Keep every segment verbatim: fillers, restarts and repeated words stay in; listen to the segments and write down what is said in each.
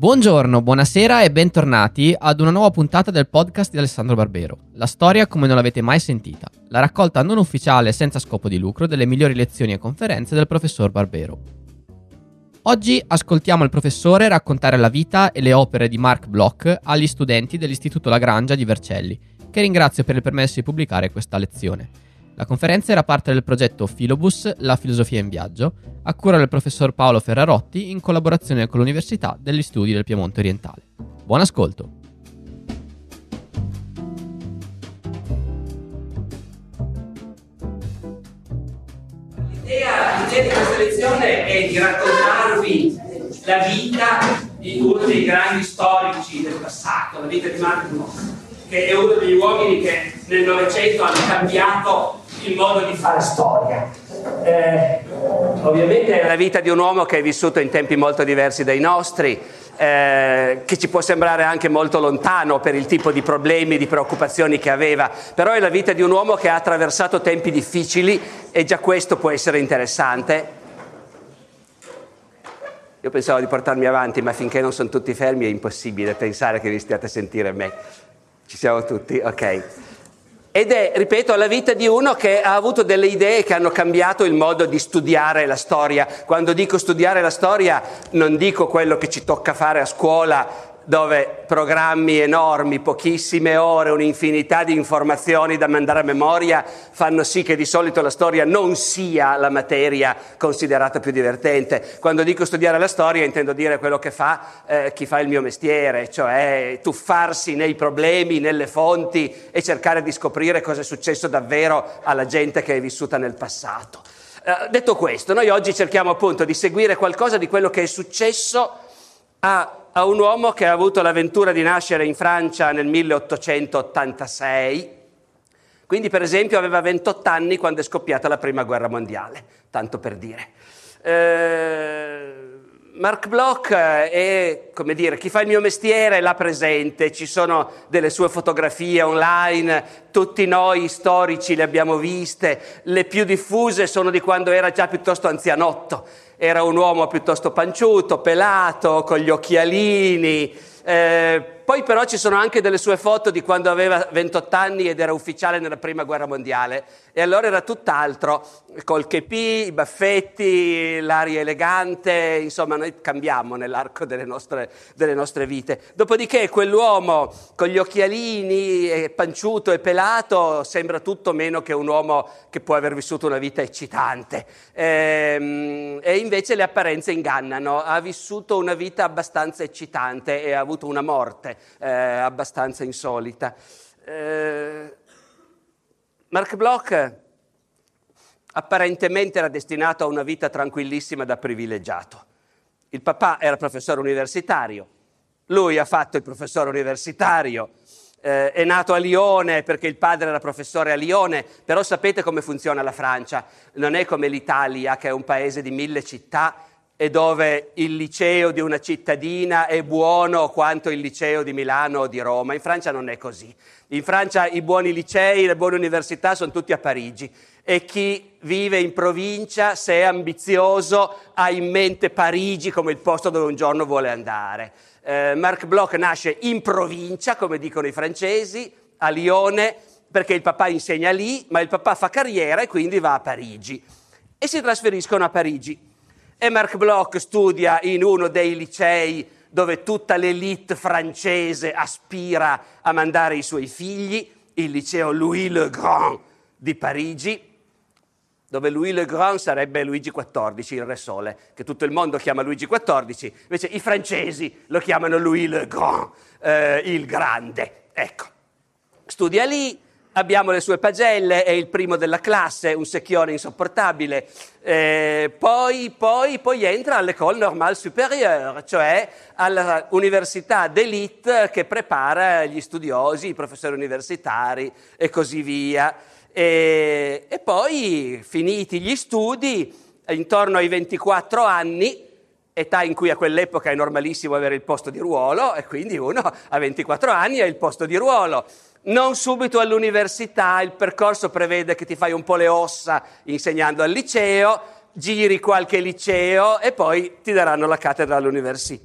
Buongiorno, buonasera e bentornati ad una nuova puntata del podcast di Alessandro Barbero. La storia come non l'avete mai sentita. La raccolta non ufficiale senza scopo di lucro delle migliori lezioni e conferenze del professor Barbero. Oggi ascoltiamo il professore raccontare la vita e le opere di Marc Bloch agli studenti dell'Istituto Lagrangia di Vercelli, che ringrazio per il permesso di pubblicare questa lezione. La conferenza era parte del progetto Filobus, la filosofia in viaggio, a cura del professor Paolo Ferrarotti in collaborazione con l'Università degli Studi del Piemonte Orientale. Buon ascolto! L'idea, l'idea di questa lezione è di raccontarvi la vita di uno dei grandi storici del passato, la vita di Marc Bloch, che è uno degli uomini che nel Novecento hanno cambiato il modo di fare storia. Eh, ovviamente è la vita di un uomo che è vissuto in tempi molto diversi dai nostri, eh, che ci può sembrare anche molto lontano per il tipo di problemi, di preoccupazioni che aveva, però è la vita di un uomo che ha attraversato tempi difficili e già questo può essere interessante. Io pensavo di portarmi avanti, ma finché non sono tutti fermi è impossibile pensare che vi stiate a sentire me. Ci siamo tutti? Ok. Ed è, ripeto, la vita di uno che ha avuto delle idee che hanno cambiato il modo di studiare la storia. Quando dico studiare la storia non dico quello che ci tocca fare a scuola, dove programmi enormi, pochissime ore, un'infinità di informazioni da mandare a memoria fanno sì che di solito la storia non sia la materia considerata più divertente. Quando dico studiare la storia intendo dire quello che fa eh, chi fa il mio mestiere, cioè tuffarsi nei problemi, nelle fonti e cercare di scoprire cosa è successo davvero alla gente che è vissuta nel passato. Eh, detto questo, noi oggi cerchiamo appunto di seguire qualcosa di quello che è successo a a un uomo che ha avuto l'avventura di nascere in Francia nel milleottocentottantasei, quindi per esempio aveva ventotto anni quando è scoppiata la Prima Guerra Mondiale, tanto per dire. Eh, Marc Bloch è, come dire, chi fa il mio mestiere l'ha presente, ci sono delle sue fotografie online, tutti noi storici le abbiamo viste, le più diffuse sono di quando era già piuttosto anzianotto. Era un uomo piuttosto panciuto, pelato, con gli occhialini. Eh, poi però ci sono anche delle sue foto di quando aveva ventotto anni ed era ufficiale nella Prima Guerra Mondiale. E allora era tutt'altro, col chepì, i baffetti, l'aria elegante, insomma noi cambiamo nell'arco delle nostre, delle nostre vite. Dopodiché quell'uomo con gli occhialini, e panciuto e pelato, sembra tutto meno che un uomo che può aver vissuto una vita eccitante. E, e invece le apparenze ingannano. Ha vissuto una vita abbastanza eccitante e ha avuto una morte eh, abbastanza insolita. Eh, Marc Bloch apparentemente era destinato a una vita tranquillissima da privilegiato. Il papà era professore universitario, lui ha fatto il professore universitario, eh, è nato a Lione perché il padre era professore a Lione, però sapete come funziona la Francia, non è come l'Italia che è un paese di mille città e dove il liceo di una cittadina è buono quanto il liceo di Milano o di Roma. In Francia non è così. In Francia i buoni licei, le buone università sono tutti a Parigi e chi vive in provincia, se è ambizioso, ha in mente Parigi come il posto dove un giorno vuole andare. Eh, Marc Bloch nasce in provincia, come dicono i francesi, a Lione, perché il papà insegna lì, ma il papà fa carriera e quindi va a Parigi. E si trasferiscono a Parigi. E Marc Bloch studia in uno dei licei dove tutta l'élite francese aspira a mandare i suoi figli, il liceo Louis le Grand di Parigi, dove Louis le Grand sarebbe Luigi quattordici, il Re Sole, che tutto il mondo chiama Luigi quattordici, invece i francesi lo chiamano Louis le Grand, eh, il Grande. Ecco, studia lì. Abbiamo le sue pagelle, è il primo della classe, un secchione insopportabile. Eh, poi, poi, poi entra all'École Normale Supérieure, cioè all'università d'élite che prepara gli studiosi, i professori universitari e così via. E, e poi, finiti gli studi, intorno ai ventiquattro anni, età in cui a quell'epoca è normalissimo avere il posto di ruolo, e quindi uno a ventiquattro anni ha il posto di ruolo. Non subito all'università, il percorso prevede che ti fai un po' le ossa insegnando al liceo, giri qualche liceo e poi ti daranno la cattedra all'università.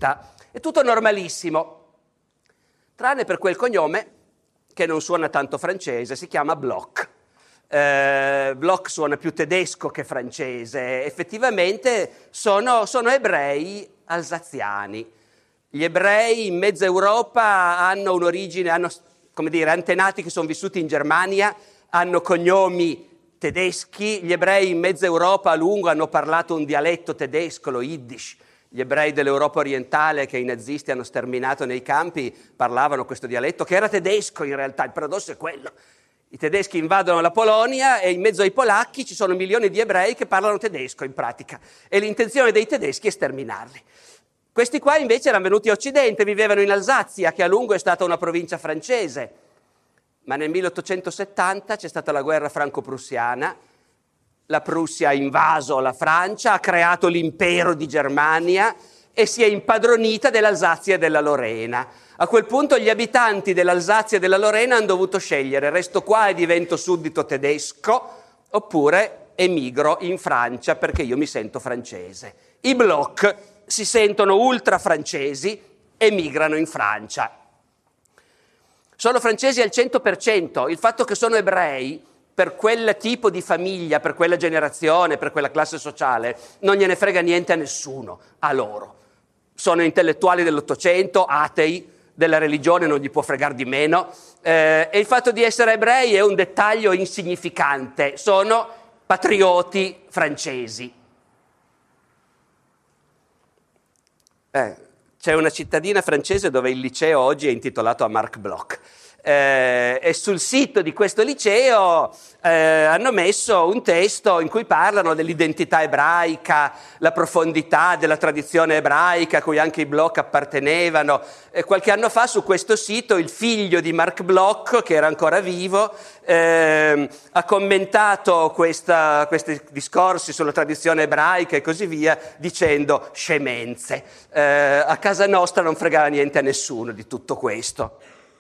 È tutto normalissimo, tranne per quel cognome che non suona tanto francese, si chiama Bloch. Eh, Bloch suona più tedesco che francese, effettivamente sono, sono ebrei alsaziani. Gli ebrei in mezza Europa hanno un'origine, hanno, come dire, antenati che sono vissuti in Germania, hanno cognomi tedeschi. Gli ebrei in mezza Europa a lungo hanno parlato un dialetto tedesco, lo Yiddish. Gli ebrei dell'Europa orientale che i nazisti hanno sterminato nei campi parlavano questo dialetto che era tedesco in realtà, il paradosso è quello. I tedeschi invadono la Polonia e in mezzo ai polacchi ci sono milioni di ebrei che parlano tedesco in pratica e l'intenzione dei tedeschi è sterminarli. Questi qua invece erano venuti a Occidente, vivevano in Alsazia, che a lungo è stata una provincia francese, ma nel milleottocentosettanta c'è stata la guerra franco-prussiana, la Prussia ha invaso la Francia, ha creato l'impero di Germania e si è impadronita dell'Alsazia e della Lorena. A quel punto gli abitanti dell'Alsazia e della Lorena hanno dovuto scegliere: resto qua e divento suddito tedesco oppure emigro in Francia perché io mi sento francese. I Bloch si sentono ultra francesi, emigrano in Francia. Sono francesi al cento per cento. Il fatto che sono ebrei per quel tipo di famiglia, per quella generazione, per quella classe sociale, non gliene frega niente a nessuno, a loro. Sono intellettuali dell'Ottocento, atei, della religione non gli può fregare di meno, eh, e il fatto di essere ebrei è un dettaglio insignificante, sono patrioti francesi. Eh, c'è una cittadina francese dove il liceo oggi è intitolato a Marc Bloch. Eh, e sul sito di questo liceo eh, hanno messo un testo in cui parlano dell'identità ebraica, la profondità della tradizione ebraica a cui anche i Bloch appartenevano. E qualche anno fa su questo sito il figlio di Marc Bloch, che era ancora vivo, eh, ha commentato questa, questi discorsi sulla tradizione ebraica e così via dicendo scemenze. Eh, a casa nostra non fregava niente a nessuno di tutto questo.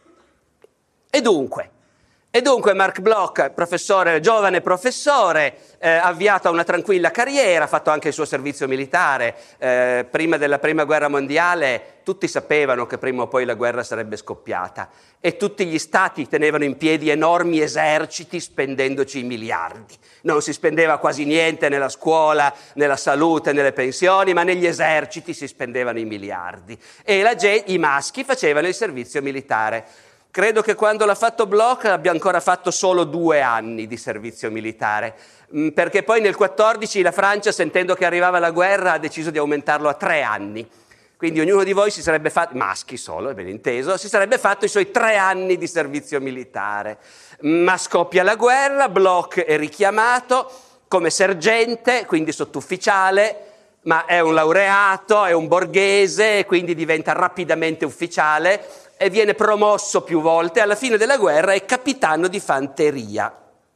E dunque, e dunque Marc Bloch, professore, giovane professore, eh, avviato a una tranquilla carriera, ha fatto anche il suo servizio militare. Eh, prima della prima guerra mondiale tutti sapevano che prima o poi la guerra sarebbe scoppiata e tutti gli stati tenevano in piedi enormi eserciti spendendoci miliardi. Non si spendeva quasi niente nella scuola, nella salute, nelle pensioni, ma negli eserciti si spendevano i miliardi. E la gente, i maschi facevano il servizio militare. Credo che quando l'ha fatto Bloch abbia ancora fatto solo due anni di servizio militare, perché poi nel quattordici la Francia, sentendo che arrivava la guerra, ha deciso di aumentarlo a tre anni. Quindi ognuno di voi si sarebbe fatto, maschi solo, è ben inteso, si sarebbe fatto i suoi tre anni di servizio militare. Ma scoppia la guerra, Bloch è richiamato come sergente, quindi sottufficiale, ma è un laureato, è un borghese, quindi diventa rapidamente ufficiale e viene promosso più volte. Alla fine della guerra è capitano di fanteria.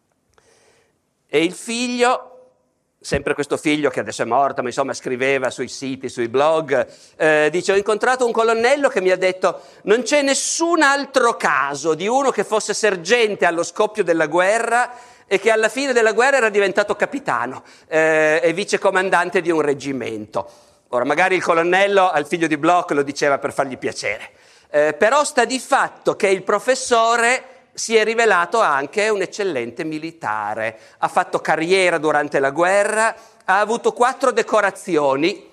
E il figlio, sempre questo figlio che adesso è morto, ma insomma scriveva sui siti, sui blog, eh, dice: ho incontrato un colonnello che mi ha detto non c'è nessun altro caso di uno che fosse sergente allo scoppio della guerra e che alla fine della guerra era diventato capitano eh, e vicecomandante di un reggimento. Ora, magari il colonnello al figlio di Bloch lo diceva per fargli piacere. Eh, però sta di fatto che il professore si è rivelato anche un eccellente militare, ha fatto carriera durante la guerra, ha avuto quattro decorazioni,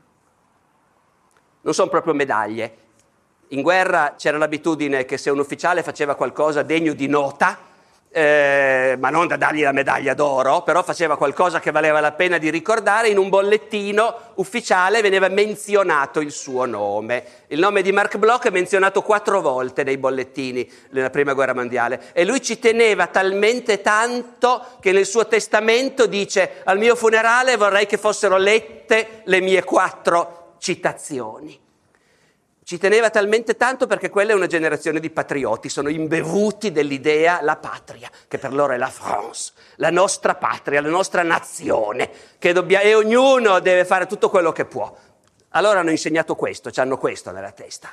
non sono proprio medaglie. In guerra c'era l'abitudine che se un ufficiale faceva qualcosa degno di nota, Eh, ma non da dargli la medaglia d'oro, però faceva qualcosa che valeva la pena di ricordare, in un bollettino ufficiale veniva menzionato il suo nome. Il nome di Marc Bloch è menzionato quattro volte nei bollettini nella Prima Guerra Mondiale e lui ci teneva talmente tanto che nel suo testamento dice: al mio funerale vorrei che fossero lette le mie quattro citazioni. Ci teneva talmente tanto perché quella è una generazione di patrioti, sono imbevuti dell'idea la patria, che per loro è la France, la nostra patria, la nostra nazione, che dobbia, e ognuno deve fare tutto quello che può. Allora hanno insegnato questo, ci hanno questo nella testa.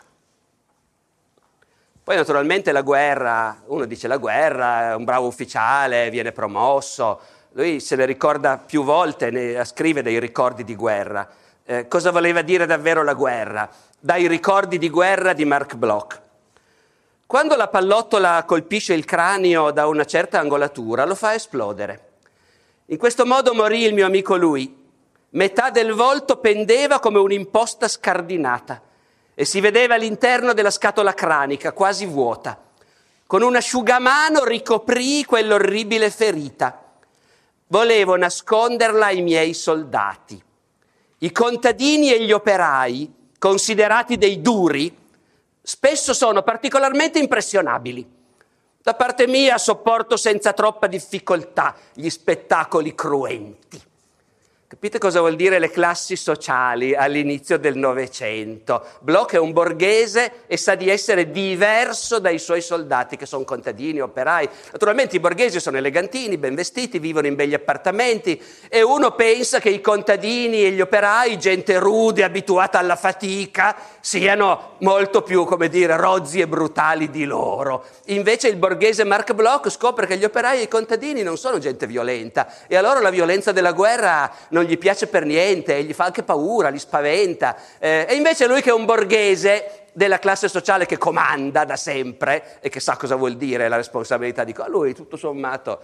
Poi naturalmente la guerra, uno dice la guerra, è un bravo ufficiale, viene promosso, lui se ne ricorda più volte, ne scrive dei ricordi di guerra. eh, cosa voleva dire davvero la guerra, dai ricordi di guerra di Marc Bloch. Quando la pallottola colpisce il cranio da una certa angolatura, lo fa esplodere. In questo modo morì il mio amico lui. Metà del volto pendeva come un'imposta scardinata e si vedeva l'interno della scatola cranica, quasi vuota. Con un asciugamano ricoprì quell'orribile ferita. Volevo nasconderla ai miei soldati. I contadini e gli operai, considerati dei duri, spesso sono particolarmente impressionabili. Da parte mia sopporto senza troppa difficoltà gli spettacoli cruenti. Capite cosa vuol dire le classi sociali all'inizio del Novecento? Bloch è un borghese e sa di essere diverso dai suoi soldati, che sono contadini, operai. Naturalmente i borghesi sono elegantini, ben vestiti, vivono in begli appartamenti e uno pensa che i contadini e gli operai, gente rude, abituata alla fatica, siano molto più, come dire, rozzi e brutali di loro. Invece il borghese Marc Bloch scopre che gli operai e i contadini non sono gente violenta e allora la violenza della guerra non gli piace per niente, gli fa anche paura, li spaventa. Eh, e invece lui, che è un borghese della classe sociale che comanda da sempre e che sa cosa vuol dire la responsabilità di... Lui, tutto sommato,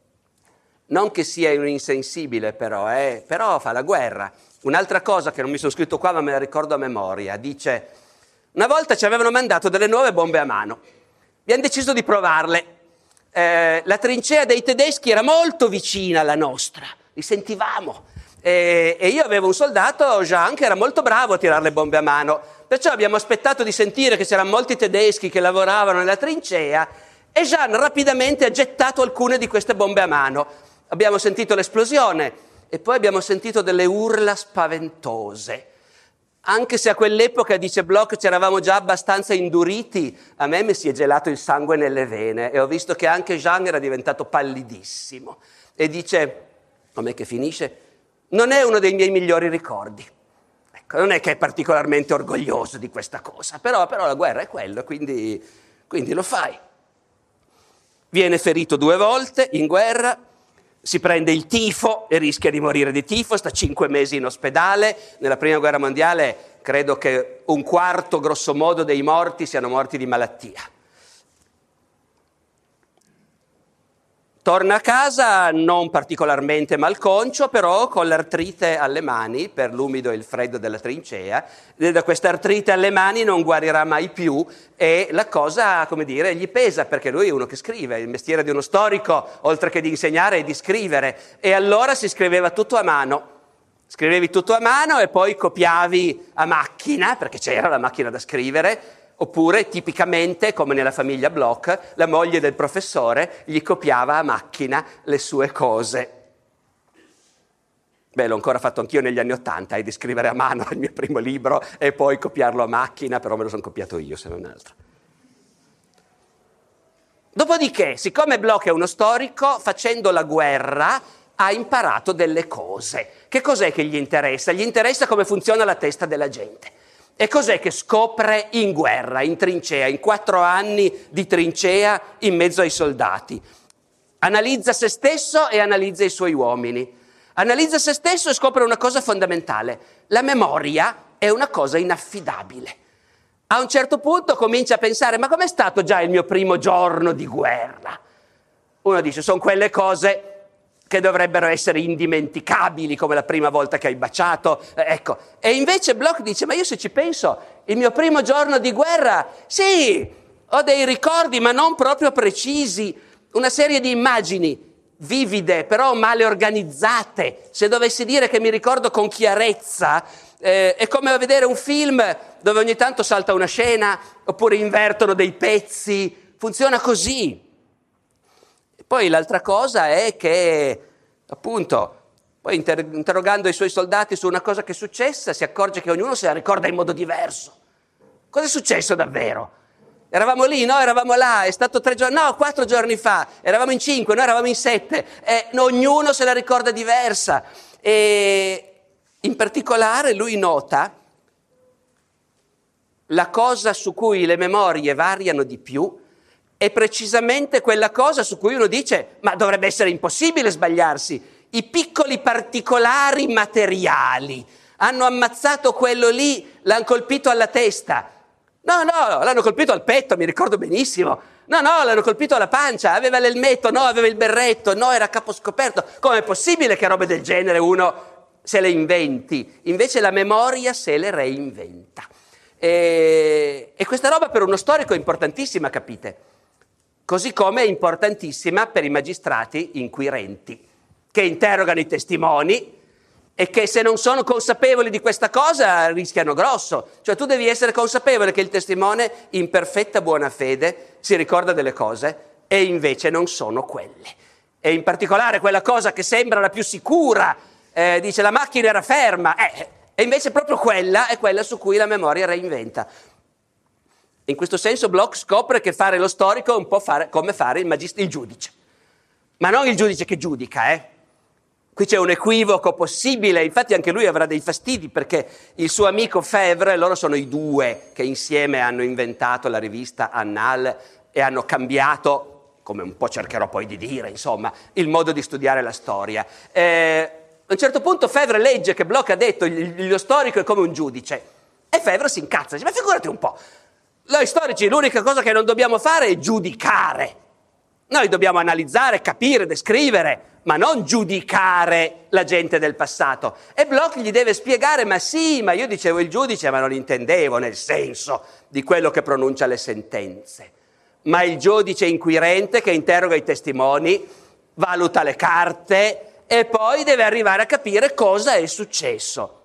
non che sia un insensibile però, eh, però fa la guerra. Un'altra cosa che non mi sono scritto qua ma me la ricordo a memoria, dice: una volta ci avevano mandato delle nuove bombe a mano, abbiamo deciso di provarle. Eh, la trincea dei tedeschi era molto vicina alla nostra, li sentivamo. E, e io avevo un soldato, Jean, che era molto bravo a tirare le bombe a mano, perciò abbiamo aspettato di sentire che c'erano molti tedeschi che lavoravano nella trincea e Jean rapidamente ha gettato alcune di queste bombe a mano. Abbiamo sentito l'esplosione e poi abbiamo sentito delle urla spaventose. Anche se a quell'epoca, dice Bloch, ci eravamo già abbastanza induriti, a me mi si è gelato il sangue nelle vene e ho visto che anche Jean era diventato pallidissimo. E dice, com'è che finisce? Non è uno dei miei migliori ricordi. Ecco, non è che è particolarmente orgoglioso di questa cosa, però, però la guerra è quello, quindi, quindi lo fai. Viene ferito due volte in guerra, si prende il tifo e rischia di morire di tifo, sta cinque mesi in ospedale. Nella prima guerra mondiale credo che un quarto, grosso modo, dei morti siano morti di malattia. Torna a casa non particolarmente malconcio, però con l'artrite alle mani per l'umido e il freddo della trincea. E da questa artrite alle mani non guarirà mai più e la cosa, come dire, gli pesa, perché lui è uno che scrive. Il mestiere di uno storico, oltre che di insegnare, è di scrivere. E allora si scriveva tutto a mano. Scrivevi tutto a mano e poi copiavi a macchina, perché c'era la macchina da scrivere. Oppure, tipicamente, come nella famiglia Bloch, la moglie del professore gli copiava a macchina le sue cose. Beh, l'ho ancora fatto anch'io negli anni Ottanta, eh, di scrivere a mano il mio primo libro e poi copiarlo a macchina, però me lo sono copiato io, se non altro. Dopodiché, siccome Bloch è uno storico, facendo la guerra ha imparato delle cose. Che cos'è che gli interessa? Gli interessa come funziona la testa della gente. E cos'è che scopre in guerra, in trincea, in quattro anni di trincea in mezzo ai soldati? Analizza se stesso e analizza i suoi uomini. Analizza se stesso e scopre una cosa fondamentale. La memoria è una cosa inaffidabile. A un certo punto comincia a pensare, ma com'è stato già il mio primo giorno di guerra? Uno dice, sono quelle cose che dovrebbero essere indimenticabili, come la prima volta che hai baciato, eh, ecco. E invece Bloch dice, ma io se ci penso, il mio primo giorno di guerra, sì, ho dei ricordi, ma non proprio precisi, una serie di immagini vivide, però male organizzate. Se dovessi dire che mi ricordo con chiarezza, eh, è come vedere un film dove ogni tanto salta una scena, oppure invertono dei pezzi, funziona così. Poi l'altra cosa è che, appunto, poi inter- interrogando i suoi soldati su una cosa che è successa, si accorge che ognuno se la ricorda in modo diverso. Cosa è successo davvero? Eravamo lì, no? Eravamo là, è stato tre giorni, no, quattro giorni fa, eravamo in cinque, noi eravamo in sette, e ognuno se la ricorda diversa. E in particolare lui nota la cosa su cui le memorie variano di più è precisamente quella cosa su cui uno dice ma dovrebbe essere impossibile sbagliarsi, i piccoli particolari materiali. Hanno ammazzato quello lì, l'hanno colpito alla testa. No, no, l'hanno colpito al petto, mi ricordo benissimo. No, no, l'hanno colpito alla pancia, aveva l'elmetto, no, aveva il berretto, no, era a capo scoperto. Com'è possibile che robe del genere uno se le inventi? Invece la memoria se le reinventa. E, e questa roba per uno storico è importantissima, capite? Così come è importantissima per i magistrati inquirenti, che interrogano i testimoni e che se non sono consapevoli di questa cosa rischiano grosso. Cioè tu devi essere consapevole che il testimone in perfetta buona fede si ricorda delle cose e invece non sono quelle. E in particolare quella cosa che sembra la più sicura, eh, dice la macchina era ferma, eh, e invece proprio quella è quella su cui la memoria reinventa. In questo senso Bloch scopre che fare lo storico è un po' fare, come fare il, magist- il giudice. Ma non il giudice che giudica, eh. Qui c'è un equivoco possibile, infatti anche lui avrà dei fastidi perché il suo amico Febvre, loro sono i due che insieme hanno inventato la rivista Annales e hanno cambiato, come un po' cercherò poi di dire, insomma, il modo di studiare la storia. Eh, a un certo punto Febvre legge che Bloch ha detto lo storico è come un giudice e Febvre si incazza, dice ma figurati un po', noi storici l'unica cosa che non dobbiamo fare è giudicare. Noi dobbiamo analizzare, capire, descrivere, ma non giudicare la gente del passato. E Bloch gli deve spiegare, ma sì, ma io dicevo il giudice, ma non intendevo nel senso di quello che pronuncia le sentenze, ma il giudice inquirente che interroga i testimoni, valuta le carte e poi deve arrivare a capire cosa è successo.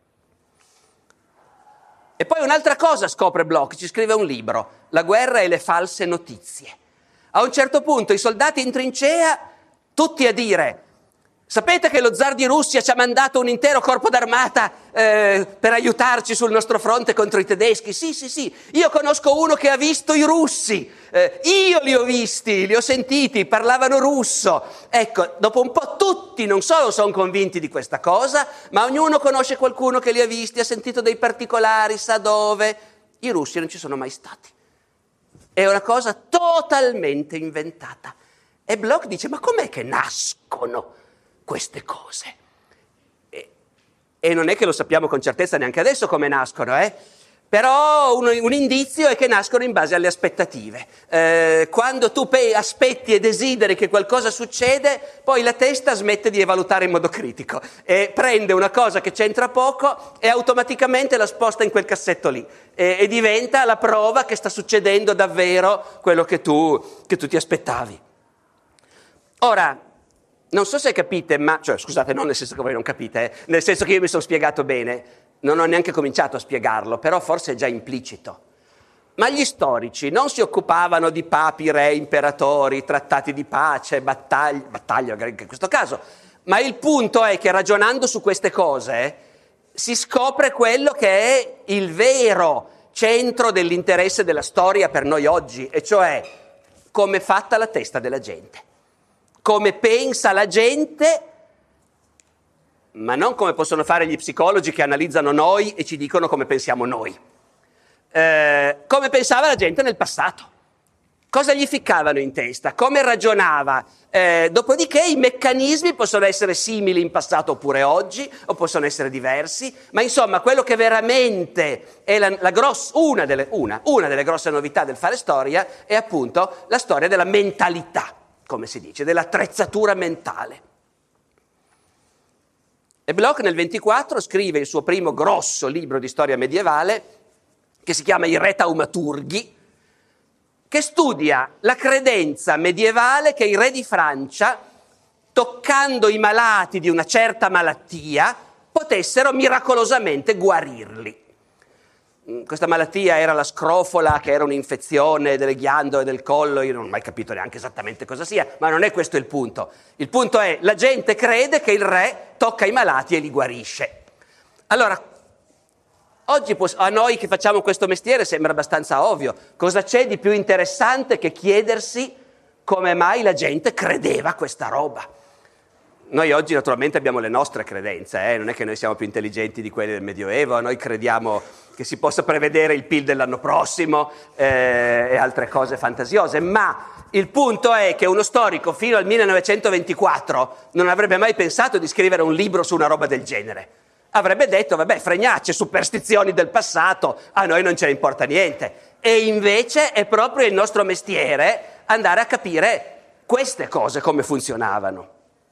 E poi un'altra cosa scopre Bloch, ci scrive un libro, La guerra e le false notizie. A un certo punto i soldati in trincea, tutti a dire, sapete che lo zar di Russia ci ha mandato un intero corpo d'armata eh, per aiutarci sul nostro fronte contro i tedeschi? Sì, sì, sì, io conosco uno che ha visto i russi, eh, io li ho visti, li ho sentiti, parlavano russo. Ecco, dopo un po' tutti non solo sono convinti di questa cosa, ma ognuno conosce qualcuno che li ha visti, ha sentito dei particolari, sa dove. I russi non ci sono mai stati. È una cosa totalmente inventata. E Bloch dice, ma com'è che nascono queste cose? E, e non è che lo sappiamo con certezza neanche adesso come nascono, eh? Però un, un indizio è che nascono in base alle aspettative. Eh, quando tu pe- aspetti e desideri che qualcosa succede, poi la testa smette di valutare in modo critico e prende una cosa che c'entra poco e automaticamente la sposta in quel cassetto lì e, e diventa la prova che sta succedendo davvero quello che tu, che tu ti aspettavi. Ora, non so se capite, ma, cioè scusate, non nel senso che voi non capite, eh, nel senso che io mi sono spiegato bene, non ho neanche cominciato a spiegarlo, però forse è già implicito. Ma gli storici non si occupavano di papi, re, imperatori, trattati di pace, battaglie, battaglie anche in questo caso, ma il punto è che ragionando su queste cose si scopre quello che è il vero centro dell'interesse della storia per noi oggi, e cioè come è fatta la testa della gente. Come pensa la gente, ma non come possono fare gli psicologi che analizzano noi e ci dicono come pensiamo noi. Eh, come pensava la gente nel passato. Cosa gli ficcavano in testa? Come ragionava? Eh, dopodiché i meccanismi possono essere simili in passato oppure oggi, o possono essere diversi, ma insomma quello che veramente è la, la gross, una, delle, una, una delle grosse novità del fare storia è appunto la storia della mentalità, come si dice, dell'attrezzatura mentale. E Bloch nel ventiquattro scrive il suo primo grosso libro di storia medievale, che si chiama I Re Taumaturghi, che studia la credenza medievale che i re di Francia, toccando i malati di una certa malattia, potessero miracolosamente guarirli. Questa malattia era la scrofola, che era un'infezione delle ghiandole del collo, io non ho mai capito neanche esattamente cosa sia, ma non è questo il punto. Il punto è, la gente crede che il re tocca i malati e li guarisce. Allora, oggi a noi che facciamo questo mestiere sembra abbastanza ovvio. Cosa c'è di più interessante che chiedersi come mai la gente credeva questa roba? Noi oggi naturalmente abbiamo le nostre credenze, eh? Non è che noi siamo più intelligenti di quelli del Medioevo, noi crediamo che si possa prevedere il P I L dell'anno prossimo eh, e altre cose fantasiose, ma il punto è che uno storico fino al millenovecentoventiquattro non avrebbe mai pensato di scrivere un libro su una roba del genere. avrebbe detto, vabbè, fregnacce, superstizioni del passato, a noi non ce ne importa niente. E invece è proprio il nostro mestiere andare a capire queste cose come funzionavano.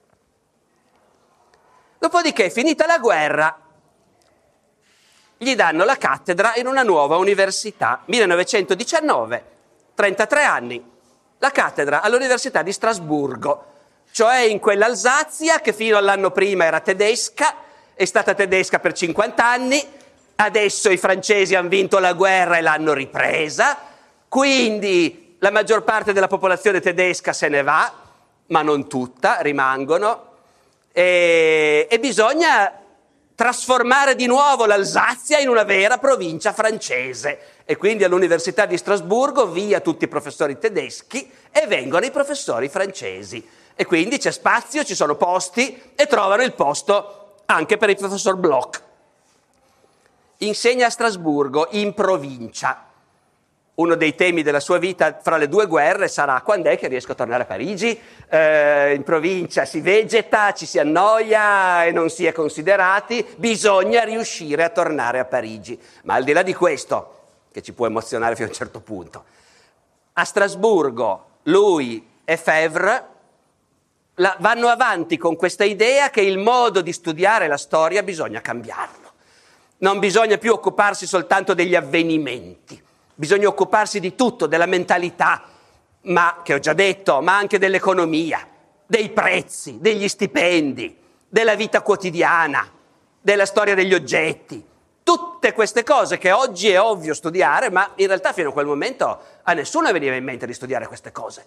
Dopodiché, finita la guerra, gli danno la cattedra in una nuova università, millenovecentodiciannove, trentatré anni, la cattedra all'Università di Strasburgo, cioè in quell'Alsazia che fino all'anno prima era tedesca, è stata tedesca per cinquanta anni, adesso i francesi hanno vinto la guerra e l'hanno ripresa, quindi la maggior parte della popolazione tedesca se ne va, ma non tutta, rimangono, e, e bisogna trasformare di nuovo l'Alsazia in una vera provincia francese. E quindi all'Università di Strasburgo via tutti i professori tedeschi e vengono i professori francesi. E quindi c'è spazio, ci sono posti e trovano il posto anche per il professor Bloch. Insegna a Strasburgo, in provincia. Uno dei temi della sua vita fra le due guerre sarà: quando è che riesco a tornare a Parigi? Eh, in provincia si vegeta, ci si annoia e non si è considerati, bisogna riuscire a tornare a Parigi. Ma al di là di questo, che ci può emozionare fino a un certo punto, a Strasburgo lui e Febvre la, vanno avanti con questa idea che il modo di studiare la storia bisogna cambiarlo. Non bisogna più occuparsi soltanto degli avvenimenti. Bisogna occuparsi di tutto, della mentalità, ma che ho già detto, ma anche dell'economia, dei prezzi, degli stipendi, della vita quotidiana, della storia degli oggetti. Tutte queste cose che oggi è ovvio studiare, ma in realtà fino a quel momento a nessuno veniva in mente di studiare queste cose.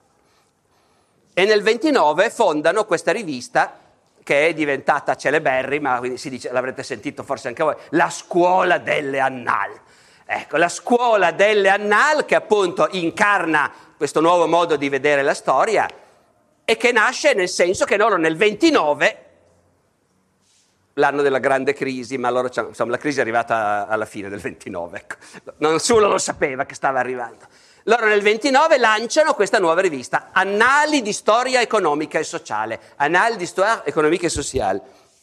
E nel ventinove fondano questa rivista che è diventata celeberrima, quindi si dice, l'avrete sentito forse anche voi, la Scuola delle Annales. Ecco, la Scuola delle Annales che appunto incarna questo nuovo modo di vedere la storia e che nasce nel senso che loro nel ventinove, l'anno della grande crisi, ma loro, insomma, la crisi è arrivata alla fine del ventinove, ecco. Nessuno lo sapeva che stava arrivando. Loro nel ventinove lanciano questa nuova rivista, Annali di storia economica e sociale, Annales d'histoire économique et sociale,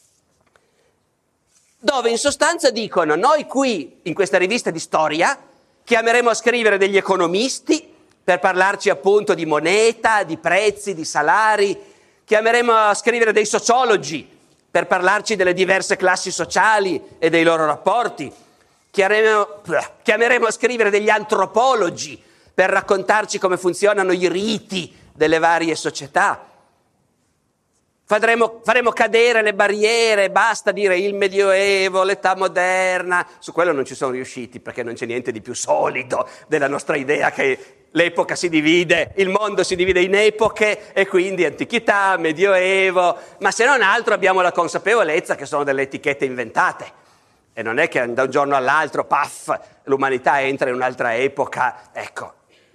dove in sostanza dicono: noi qui in questa rivista di storia chiameremo a scrivere degli economisti per parlarci appunto di moneta, di prezzi, di salari, chiameremo a scrivere dei sociologi per parlarci delle diverse classi sociali e dei loro rapporti, chiameremo, chiameremo a scrivere degli antropologi per raccontarci come funzionano i riti delle varie società. Faremo, faremo cadere le barriere, basta dire il Medioevo, l'età moderna. Su quello non ci sono riusciti, perché non c'è niente di più solido della nostra idea che l'epoca si divide, il mondo si divide in epoche e quindi antichità, Medioevo, ma se non altro abbiamo la consapevolezza che sono delle etichette inventate. E non è che da un giorno all'altro, paf, l'umanità entra in un'altra epoca, ecco.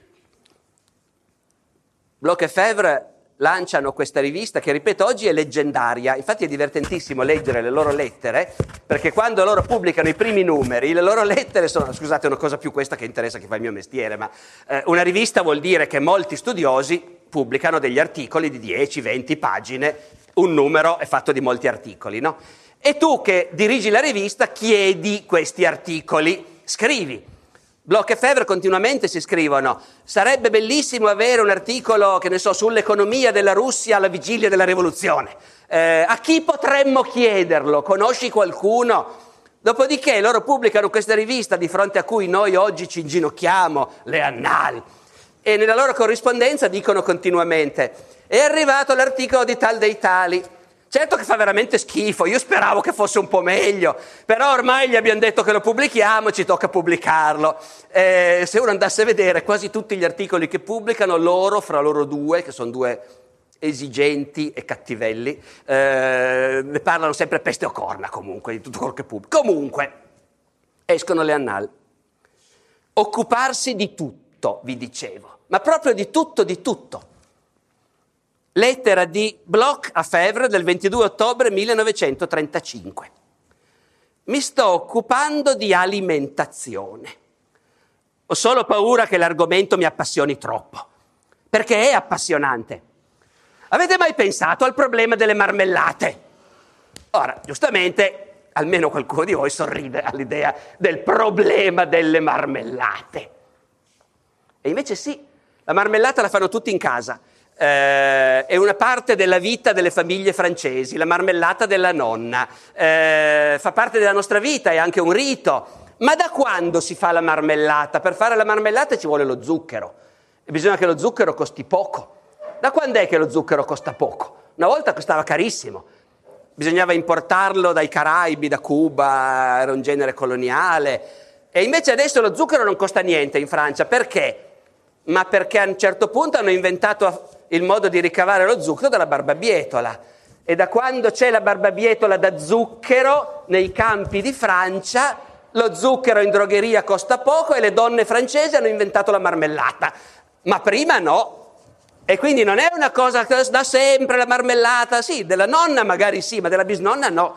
Bloch e Febvre lanciano questa rivista che, ripeto, oggi è leggendaria. Infatti è divertentissimo leggere le loro lettere, perché quando loro pubblicano i primi numeri, le loro lettere sono, scusate, una cosa più questa che interessa chi fa il mio mestiere, ma eh, una rivista vuol dire che molti studiosi pubblicano degli articoli di dieci venti pagine, un numero è fatto di molti articoli, no? E tu che dirigi la rivista chiedi questi articoli, scrivi. Bloch e Febvre continuamente si scrivono: sarebbe bellissimo avere un articolo, che ne so, sull'economia della Russia alla vigilia della rivoluzione. Eh, a chi potremmo chiederlo? Conosci qualcuno? Dopodiché loro pubblicano questa rivista di fronte a cui noi oggi ci inginocchiamo, le Annales, e nella loro corrispondenza dicono continuamente: è arrivato l'articolo di tal dei tali. Certo che fa veramente schifo, io speravo che fosse un po' meglio, però ormai gli abbiamo detto che lo pubblichiamo, ci tocca pubblicarlo. Eh, se uno andasse a vedere quasi tutti gli articoli che pubblicano, loro, fra loro due, che sono due esigenti e cattivelli, eh, ne parlano sempre peste o corna comunque, di tutto quello che pubblicano. Comunque, escono le Annales. Occuparsi di tutto, vi dicevo, ma proprio di tutto, di tutto. Lettera di Bloch a Febvre del ventidue ottobre millenovecentotrentacinque. Mi sto occupando di alimentazione. Ho solo paura che l'argomento mi appassioni troppo, perché è appassionante. Avete mai pensato al problema delle marmellate? Ora, giustamente, almeno qualcuno di voi sorride all'idea del problema delle marmellate. E invece sì, la marmellata la fanno tutti in casa. Eh, è una parte della vita delle famiglie francesi, la marmellata della nonna. Eh, fa parte della nostra vita, è anche un rito. Ma da quando si fa la marmellata? Per fare la marmellata ci vuole lo zucchero e bisogna che lo zucchero costi poco. Da quando è che lo zucchero costa poco? Una volta costava carissimo, bisognava importarlo dai Caraibi, da Cuba, era un genere coloniale. E invece adesso lo zucchero non costa niente in Francia. Perché? Ma perché a un certo punto hanno inventato il modo di ricavare lo zucchero dalla barbabietola. E da quando c'è la barbabietola da zucchero nei campi di Francia, lo zucchero in drogheria costa poco e le donne francesi hanno inventato la marmellata. Ma prima no. E quindi non è una cosa che da sempre la marmellata, sì, della nonna magari sì, ma della bisnonna no.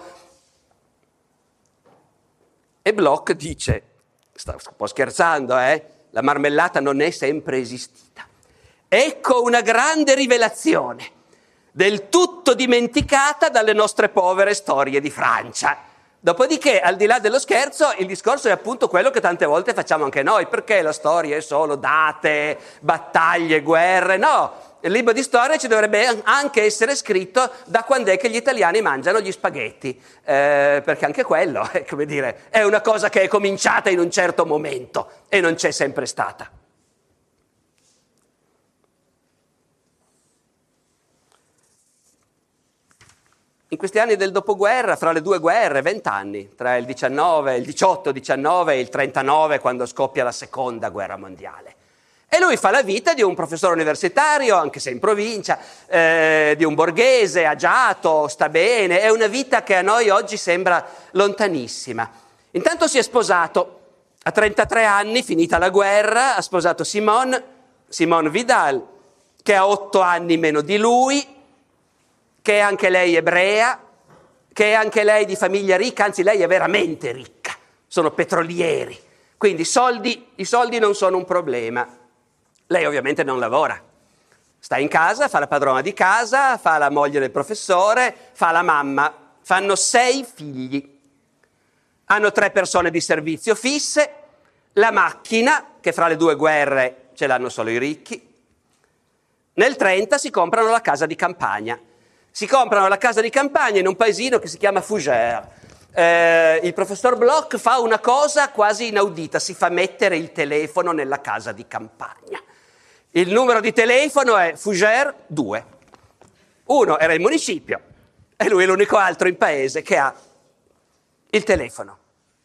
E Bloch dice, sta un po' scherzando, eh, la marmellata non è sempre esistita. Ecco una grande rivelazione, del tutto dimenticata dalle nostre povere storie di Francia. Dopodiché, al di là dello scherzo, il discorso è appunto quello che tante volte facciamo anche noi. Perché la storia è solo date, battaglie, guerre? No, il libro di storia ci dovrebbe anche essere scritto da quando è che gli italiani mangiano gli spaghetti. Eh, perché anche quello, è, come dire, è una cosa che è cominciata in un certo momento e non c'è sempre stata. In questi anni del dopoguerra, fra le due guerre, vent'anni, tra il diciannove, il diciotto diciannove e il trentanove, quando scoppia la seconda guerra mondiale. E lui fa la vita di un professore universitario, anche se in provincia, eh, di un borghese, agiato, sta bene, è una vita che a noi oggi sembra lontanissima. Intanto si è sposato, a trentatré anni, finita la guerra, ha sposato Simone, Simone Vidal, che ha otto anni meno di lui, che è anche lei ebrea, che è anche lei di famiglia ricca, anzi lei è veramente ricca, sono petrolieri, quindi soldi, i soldi non sono un problema. Lei ovviamente non lavora, sta in casa, fa la padrona di casa, fa la moglie del professore, fa la mamma, fanno sei figli, hanno tre persone di servizio fisse, la macchina, che fra le due guerre ce l'hanno solo i ricchi. Nel trenta si comprano la casa di campagna. Si comprano la casa di campagna in un paesino che si chiama Fougères. Eh, il professor Bloch fa una cosa quasi inaudita, si fa mettere il telefono nella casa di campagna. Il numero di telefono è Fougères due. Uno era il municipio e lui è l'unico altro in paese che ha il telefono.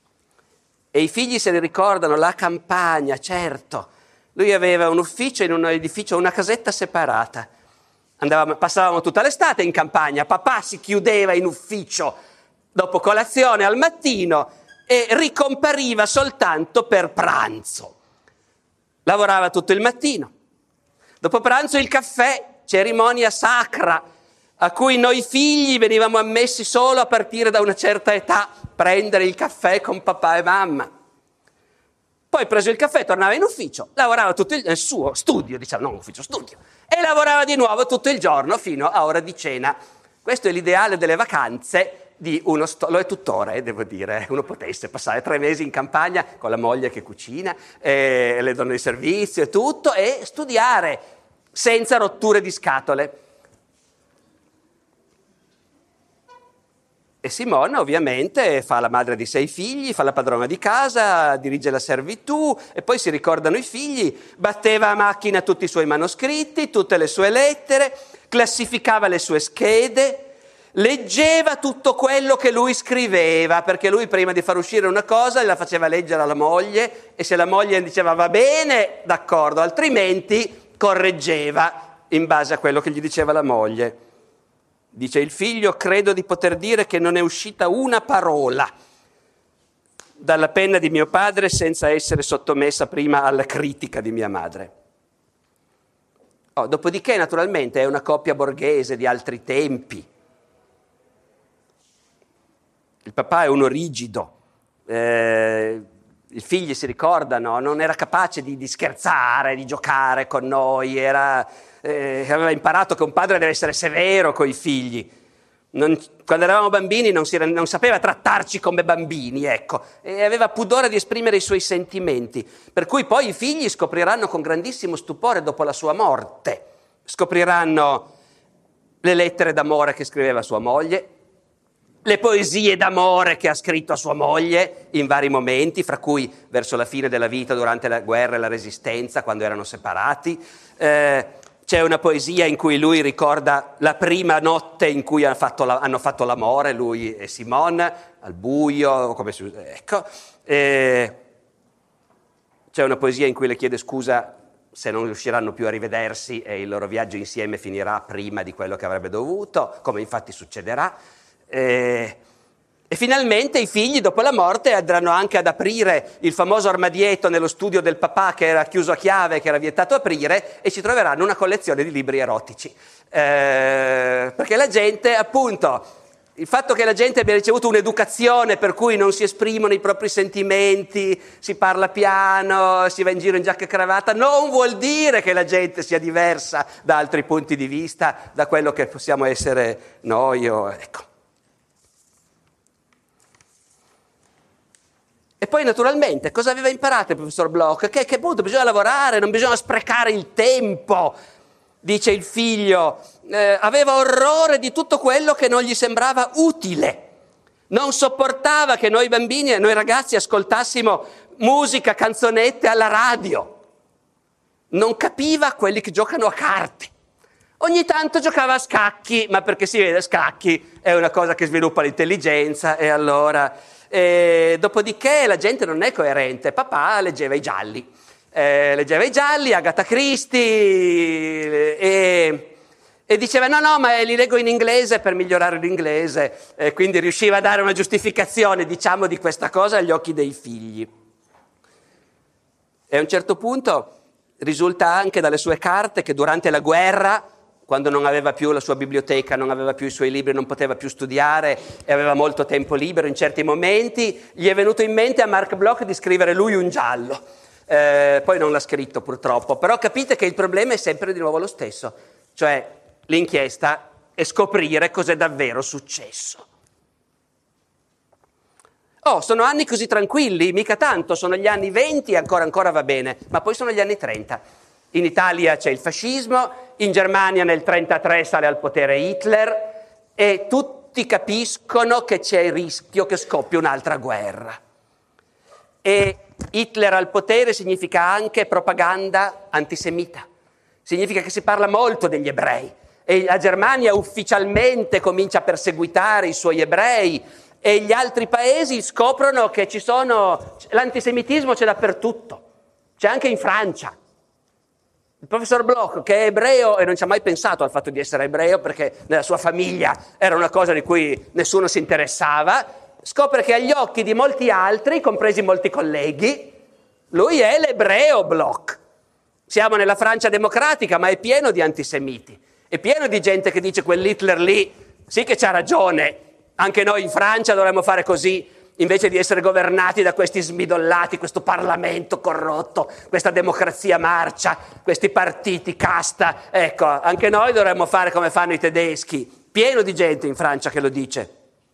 E i figli se ne ricordano, la campagna, certo. Lui aveva un ufficio in un edificio, una casetta separata. Andavamo, passavamo tutta l'estate in campagna, papà si chiudeva in ufficio dopo colazione al mattino e ricompariva soltanto per pranzo. Lavorava tutto il mattino. Dopo pranzo il caffè, cerimonia sacra, a cui noi figli venivamo ammessi solo a partire da una certa età, prendere il caffè con papà e mamma. Poi preso il caffè, tornava in ufficio, lavorava tutto il, nel suo studio, diciamo, non ufficio, studio, e lavorava di nuovo tutto il giorno fino a ora di cena. Questo è l'ideale delle vacanze di uno, sto- lo è tuttora, eh, devo dire, uno potesse passare tre mesi in campagna con la moglie che cucina, eh, le donne di servizio e tutto, e studiare senza rotture di scatole. E Simone ovviamente fa la madre di sei figli, fa la padrona di casa, dirige la servitù e poi si ricordano i figli, batteva a macchina tutti i suoi manoscritti, tutte le sue lettere, classificava le sue schede, leggeva tutto quello che lui scriveva, perché lui prima di far uscire una cosa la faceva leggere alla moglie e se la moglie diceva va bene, d'accordo, altrimenti correggeva in base a quello che gli diceva la moglie. Dice il figlio, credo di poter dire che non è uscita una parola dalla penna di mio padre senza essere sottomessa prima alla critica di mia madre. Oh, dopodiché, naturalmente, è una coppia borghese di altri tempi. Il papà è uno rigido, eh, i figli si ricordano, non era capace di, di scherzare, di giocare con noi, era... Eh, aveva imparato che un padre deve essere severo con i figli. Non, quando eravamo bambini non, si, non sapeva trattarci come bambini, ecco, e aveva pudore di esprimere i suoi sentimenti, per cui poi i figli scopriranno con grandissimo stupore dopo la sua morte, scopriranno le lettere d'amore che scriveva a sua moglie, le poesie d'amore che ha scritto a sua moglie in vari momenti, fra cui verso la fine della vita, durante la guerra e la resistenza, quando erano separati. Eh, c'è una poesia in cui lui ricorda la prima notte in cui hanno fatto, la, hanno fatto l'amore, lui e Simone, al buio, come si usa, ecco. Eh, c'è una poesia in cui le chiede scusa se non riusciranno più a rivedersi e il loro viaggio insieme finirà prima di quello che avrebbe dovuto, come infatti succederà. Eh, e finalmente i figli dopo la morte andranno anche ad aprire il famoso armadietto nello studio del papà che era chiuso a chiave, che era vietato aprire, e ci troveranno una collezione di libri erotici, eh, perché la gente, appunto, il fatto che la gente abbia ricevuto un'educazione per cui non si esprimono i propri sentimenti, si parla piano, si va in giro in giacca e cravatta, non vuol dire che la gente sia diversa da altri punti di vista, da quello che possiamo essere noi, o, ecco. E poi naturalmente cosa aveva imparato il professor Bloch? Che, che appunto bisogna lavorare, non bisogna sprecare il tempo, dice il figlio. Eh, aveva orrore di tutto quello che non gli sembrava utile. Non sopportava che noi bambini e noi ragazzi ascoltassimo musica, canzonette alla radio. Non capiva quelli che giocano a carte. Ogni tanto giocava a scacchi, ma perché si vede, scacchi è una cosa che sviluppa l'intelligenza, e allora... E dopodiché la gente non è coerente. Papà leggeva i gialli, eh, leggeva i gialli, Agatha Christie, e, e diceva no no ma li leggo in inglese per migliorare l'inglese, e quindi riusciva a dare una giustificazione, diciamo, di questa cosa agli occhi dei figli. E a un certo punto risulta anche dalle sue carte che durante la guerra, quando non aveva più la sua biblioteca, non aveva più i suoi libri, non poteva più studiare e aveva molto tempo libero in certi momenti, gli è venuto in mente a Marc Bloch di scrivere lui un giallo. Eh, poi non l'ha scritto purtroppo, però capite che il problema è sempre di nuovo lo stesso, cioè l'inchiesta è scoprire cos'è davvero successo. Oh, sono anni così tranquilli, mica tanto, sono gli anni venti e ancora ancora va bene, ma poi sono gli anni trenta. In Italia c'è il fascismo, in Germania nel trentatré sale al potere Hitler e tutti capiscono che c'è il rischio che scoppia un'altra guerra. E Hitler al potere significa anche propaganda antisemita, significa che si parla molto degli ebrei e la Germania ufficialmente comincia a perseguitare i suoi ebrei e gli altri paesi scoprono che ci sono, l'antisemitismo c'è dappertutto, c'è anche in Francia. Il professor Bloch, che è ebreo e non ci ha mai pensato al fatto di essere ebreo perché nella sua famiglia era una cosa di cui nessuno si interessava, scopre che agli occhi di molti altri, compresi molti colleghi, lui è l'ebreo Bloch. Siamo nella Francia democratica, ma è pieno di antisemiti, è pieno di gente che dice quell'Hitler lì sì che c'ha ragione, anche noi in Francia dovremmo fare così, invece di essere governati da questi smidollati, questo Parlamento corrotto, questa democrazia marcia, questi partiti casta, ecco, anche noi dovremmo fare come fanno i tedeschi, pieno di gente in Francia che lo dice.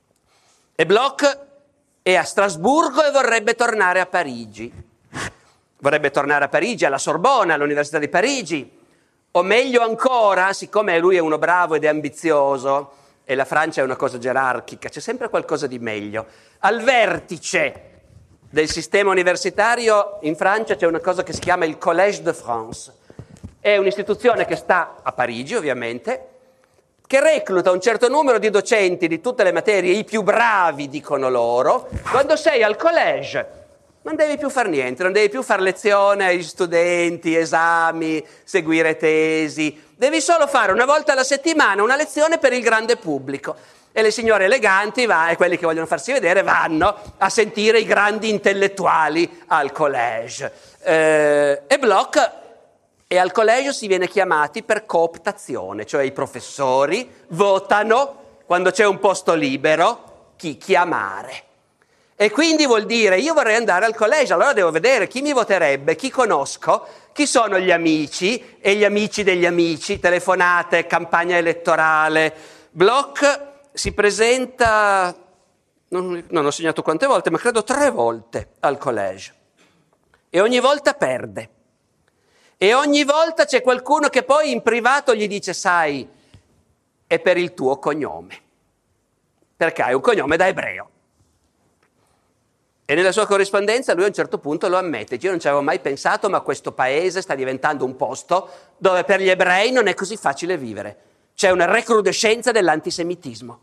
E Bloch è a Strasburgo e vorrebbe tornare a Parigi. Vorrebbe tornare a Parigi, alla Sorbona, all'Università di Parigi, o meglio ancora, siccome lui è uno bravo ed è ambizioso, e la Francia è una cosa gerarchica, c'è sempre qualcosa di meglio. Al vertice del sistema universitario in Francia c'è una cosa che si chiama il Collège de France. È un'istituzione che sta a Parigi, ovviamente, che recluta un certo numero di docenti di tutte le materie, i più bravi, dicono loro. Quando sei al collège non devi più fare niente, non devi più fare lezione agli studenti, esami, seguire tesi. Devi solo fare una volta alla settimana una lezione per il grande pubblico. E le signore eleganti va, e quelli che vogliono farsi vedere vanno a sentire i grandi intellettuali al collège. Eh, e Bloch, e al collegio si viene chiamati per cooptazione, cioè i professori votano, quando c'è un posto libero, chi chiamare. E quindi vuol dire, io vorrei andare al collegio, allora devo vedere chi mi voterebbe, chi conosco, chi sono gli amici e gli amici degli amici, telefonate, campagna elettorale. Bloch si presenta, non, non ho segnato quante volte, ma credo tre volte al college. E ogni volta perde. E ogni volta c'è qualcuno che poi in privato gli dice, sai, è per il tuo cognome. Perché hai un cognome da ebreo. E nella sua corrispondenza lui a un certo punto lo ammette. Io non ci avevo mai pensato, ma questo paese sta diventando un posto dove per gli ebrei non è così facile vivere. C'è una recrudescenza dell'antisemitismo.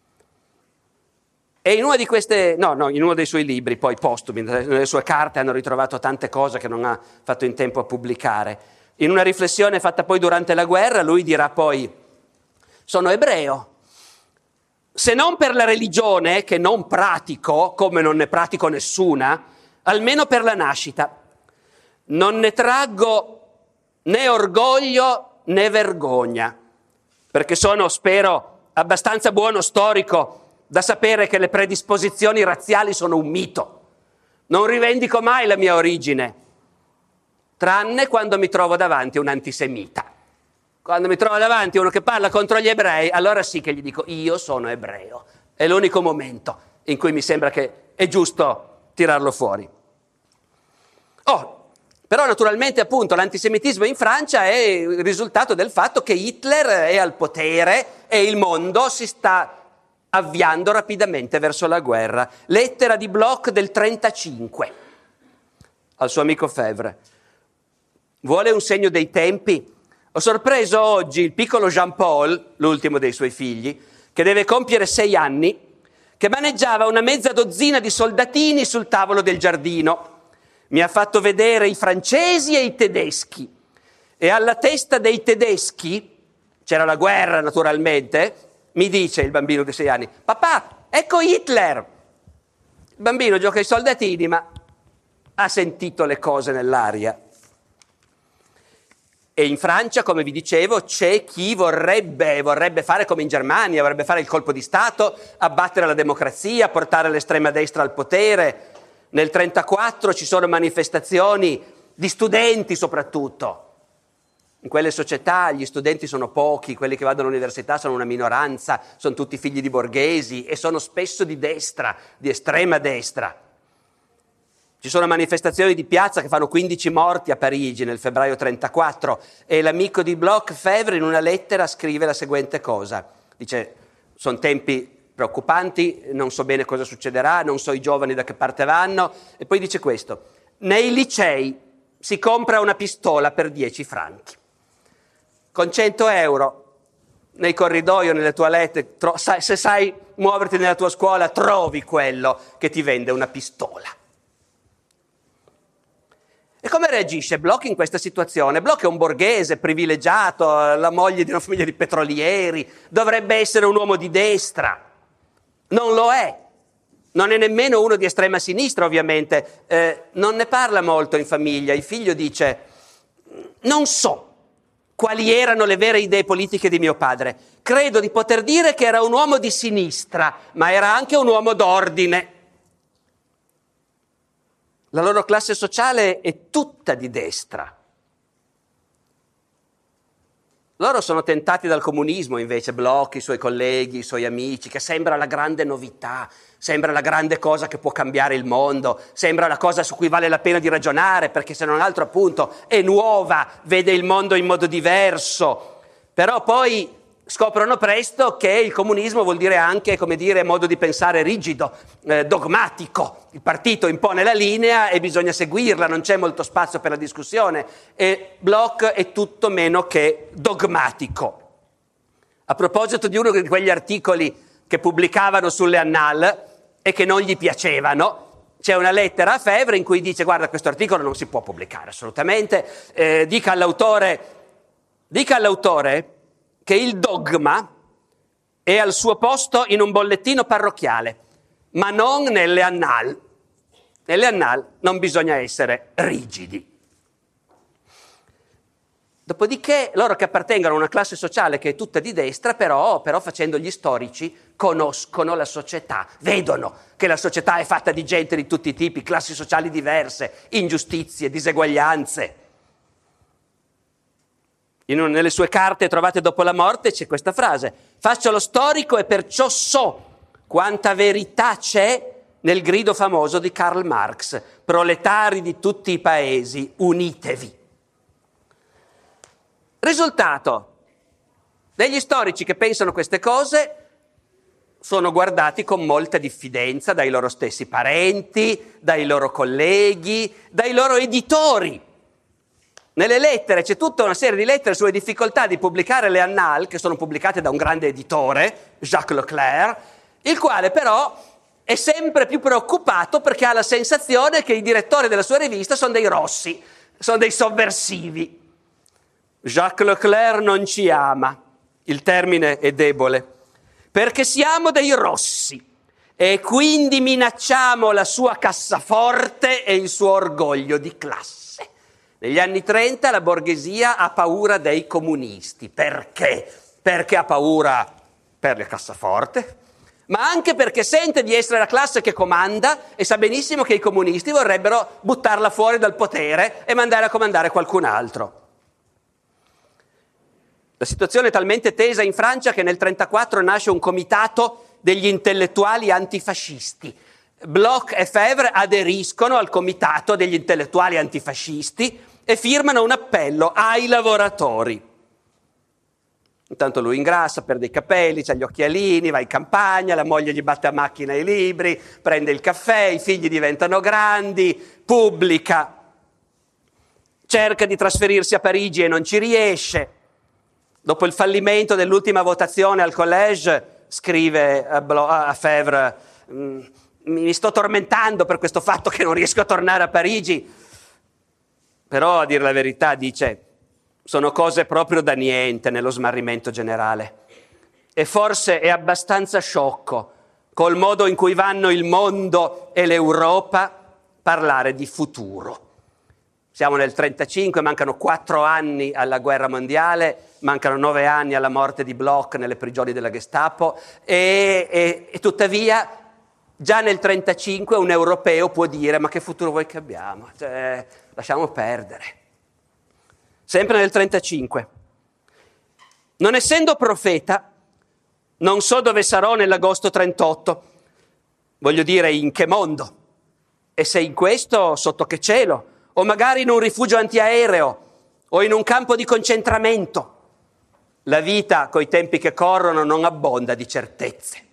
E in una di queste, no, no, in uno dei suoi libri, poi postumi, nelle sue carte hanno ritrovato tante cose che non ha fatto in tempo a pubblicare. In una riflessione fatta poi durante la guerra, lui dirà poi, sono ebreo. Se non per la religione, che non pratico, come non ne pratico nessuna, almeno per la nascita. Non ne traggo né orgoglio né vergogna, perché sono, spero, abbastanza buono storico da sapere che le predisposizioni razziali sono un mito. Non rivendico mai la mia origine, tranne quando mi trovo davanti un antisemita. Quando mi trovo davanti uno che parla contro gli ebrei, allora sì che gli dico io sono ebreo. È l'unico momento in cui mi sembra che è giusto tirarlo fuori. Oh, però naturalmente appunto l'antisemitismo in Francia è il risultato del fatto che Hitler è al potere e il mondo si sta avviando rapidamente verso la guerra. Lettera di Bloch del trentacinque al suo amico Febvre. Vuole un segno dei tempi? Ho sorpreso oggi il piccolo Jean-Paul, l'ultimo dei suoi figli, che deve compiere sei anni, che maneggiava una mezza dozzina di soldatini sul tavolo del giardino. Mi ha fatto vedere i francesi e i tedeschi. E alla testa dei tedeschi, c'era la guerra naturalmente, mi dice il bambino di sei anni, papà, ecco Hitler. Il bambino gioca ai soldatini, ma ha sentito le cose nell'aria. E in Francia, come vi dicevo, c'è chi vorrebbe, vorrebbe fare come in Germania, vorrebbe fare il colpo di Stato, abbattere la democrazia, portare l'estrema destra al potere. Nel trentaquattro ci sono manifestazioni di studenti soprattutto. In quelle società gli studenti sono pochi, quelli che vanno all'università sono una minoranza, sono tutti figli di borghesi e sono spesso di destra, di estrema destra. Ci sono manifestazioni di piazza che fanno quindici morti a Parigi nel febbraio trentaquattro e l'amico di Bloch, Febvre, in una lettera scrive la seguente cosa. Dice, sono tempi preoccupanti, non so bene cosa succederà, non so i giovani da che parte vanno. E poi dice questo, nei licei si compra una pistola per dieci franchi. Con cento euro nei corridoi o nelle toilette, tro- se sai muoverti nella tua scuola, trovi quello che ti vende una pistola. E come reagisce Bloch in questa situazione? Bloch è un borghese privilegiato, la moglie di una famiglia di petrolieri, dovrebbe essere un uomo di destra. Non lo è. Non è nemmeno uno di estrema sinistra, ovviamente. Eh, non ne parla molto in famiglia. Il figlio dice, non so quali erano le vere idee politiche di mio padre. Credo di poter dire che era un uomo di sinistra, ma era anche un uomo d'ordine. La loro classe sociale è tutta di destra. Loro sono tentati dal comunismo, invece, Bloch, i suoi colleghi, i suoi amici, che sembra la grande novità, sembra la grande cosa che può cambiare il mondo, sembra la cosa su cui vale la pena di ragionare, perché se non altro appunto è nuova, vede il mondo in modo diverso. Però poi scoprono presto che il comunismo vuol dire anche, come dire, modo di pensare rigido, eh, dogmatico. Il partito impone la linea e bisogna seguirla, non c'è molto spazio per la discussione. E Bloch è tutto meno che dogmatico. A proposito di uno di quegli articoli che pubblicavano sulle Annales e che non gli piacevano, c'è una lettera a Febvre in cui dice guarda, questo articolo non si può pubblicare assolutamente, eh, dica all'autore, dica all'autore che il dogma è al suo posto in un bollettino parrocchiale, ma non nelle Annales. Nelle Annales non bisogna essere rigidi. Dopodiché loro che appartengono a una classe sociale che è tutta di destra, però, però facendo gli storici conoscono la società, vedono che la società è fatta di gente di tutti i tipi, classi sociali diverse, ingiustizie, diseguaglianze. in un, nelle sue carte trovate dopo la morte c'è questa frase: faccio lo storico e perciò so quanta verità c'è nel grido famoso di Karl Marx: proletari di tutti i paesi, unitevi. Risultato: degli storici che pensano queste cose sono guardati con molta diffidenza dai loro stessi parenti, dai loro colleghi, dai loro editori. Nelle lettere c'è tutta una serie di lettere sulle difficoltà di pubblicare le Annales, che sono pubblicate da un grande editore, Jacques Leclerc, il quale però è sempre più preoccupato perché ha la sensazione che i direttori della sua rivista sono dei rossi, sono dei sovversivi. Jacques Leclerc non ci ama, il termine è debole, perché siamo dei rossi e quindi minacciamo la sua cassaforte e il suo orgoglio di classe. Negli anni trenta la borghesia ha paura dei comunisti. Perché? Perché ha paura per le cassaforte, ma anche perché sente di essere la classe che comanda e sa benissimo che i comunisti vorrebbero buttarla fuori dal potere e mandare a comandare qualcun altro. La situazione è talmente tesa in Francia che nel trentaquattro nasce un comitato degli intellettuali antifascisti. Bloch e Febvre aderiscono al comitato degli intellettuali antifascisti e firmano un appello ai lavoratori. Intanto lui ingrassa, perde i capelli, ha gli occhialini, va in campagna, la moglie gli batte a macchina i libri, prende il caffè, i figli diventano grandi, pubblica, cerca di trasferirsi a Parigi e non ci riesce. Dopo il fallimento dell'ultima votazione al collège, scrive a, Blo- a Febvre: mi sto tormentando per questo fatto che non riesco a tornare a Parigi. Però, a dire la verità, dice, sono cose proprio da niente nello smarrimento generale. E forse è abbastanza sciocco, col modo in cui vanno il mondo e l'Europa, parlare di futuro. Siamo nel trentacinque, mancano quattro anni alla guerra mondiale, mancano nove anni alla morte di Bloch nelle prigioni della Gestapo e, e, e tuttavia già nel trentacinque un europeo può dire: ma che futuro vuoi che abbiamo? Cioè, lasciamo perdere. Sempre nel trentacinque. Non essendo profeta, non so dove sarò nell'agosto trentotto. Voglio dire, in che mondo? E se in questo, sotto che cielo? O magari in un rifugio antiaereo o in un campo di concentramento. La vita, coi tempi che corrono, non abbonda di certezze.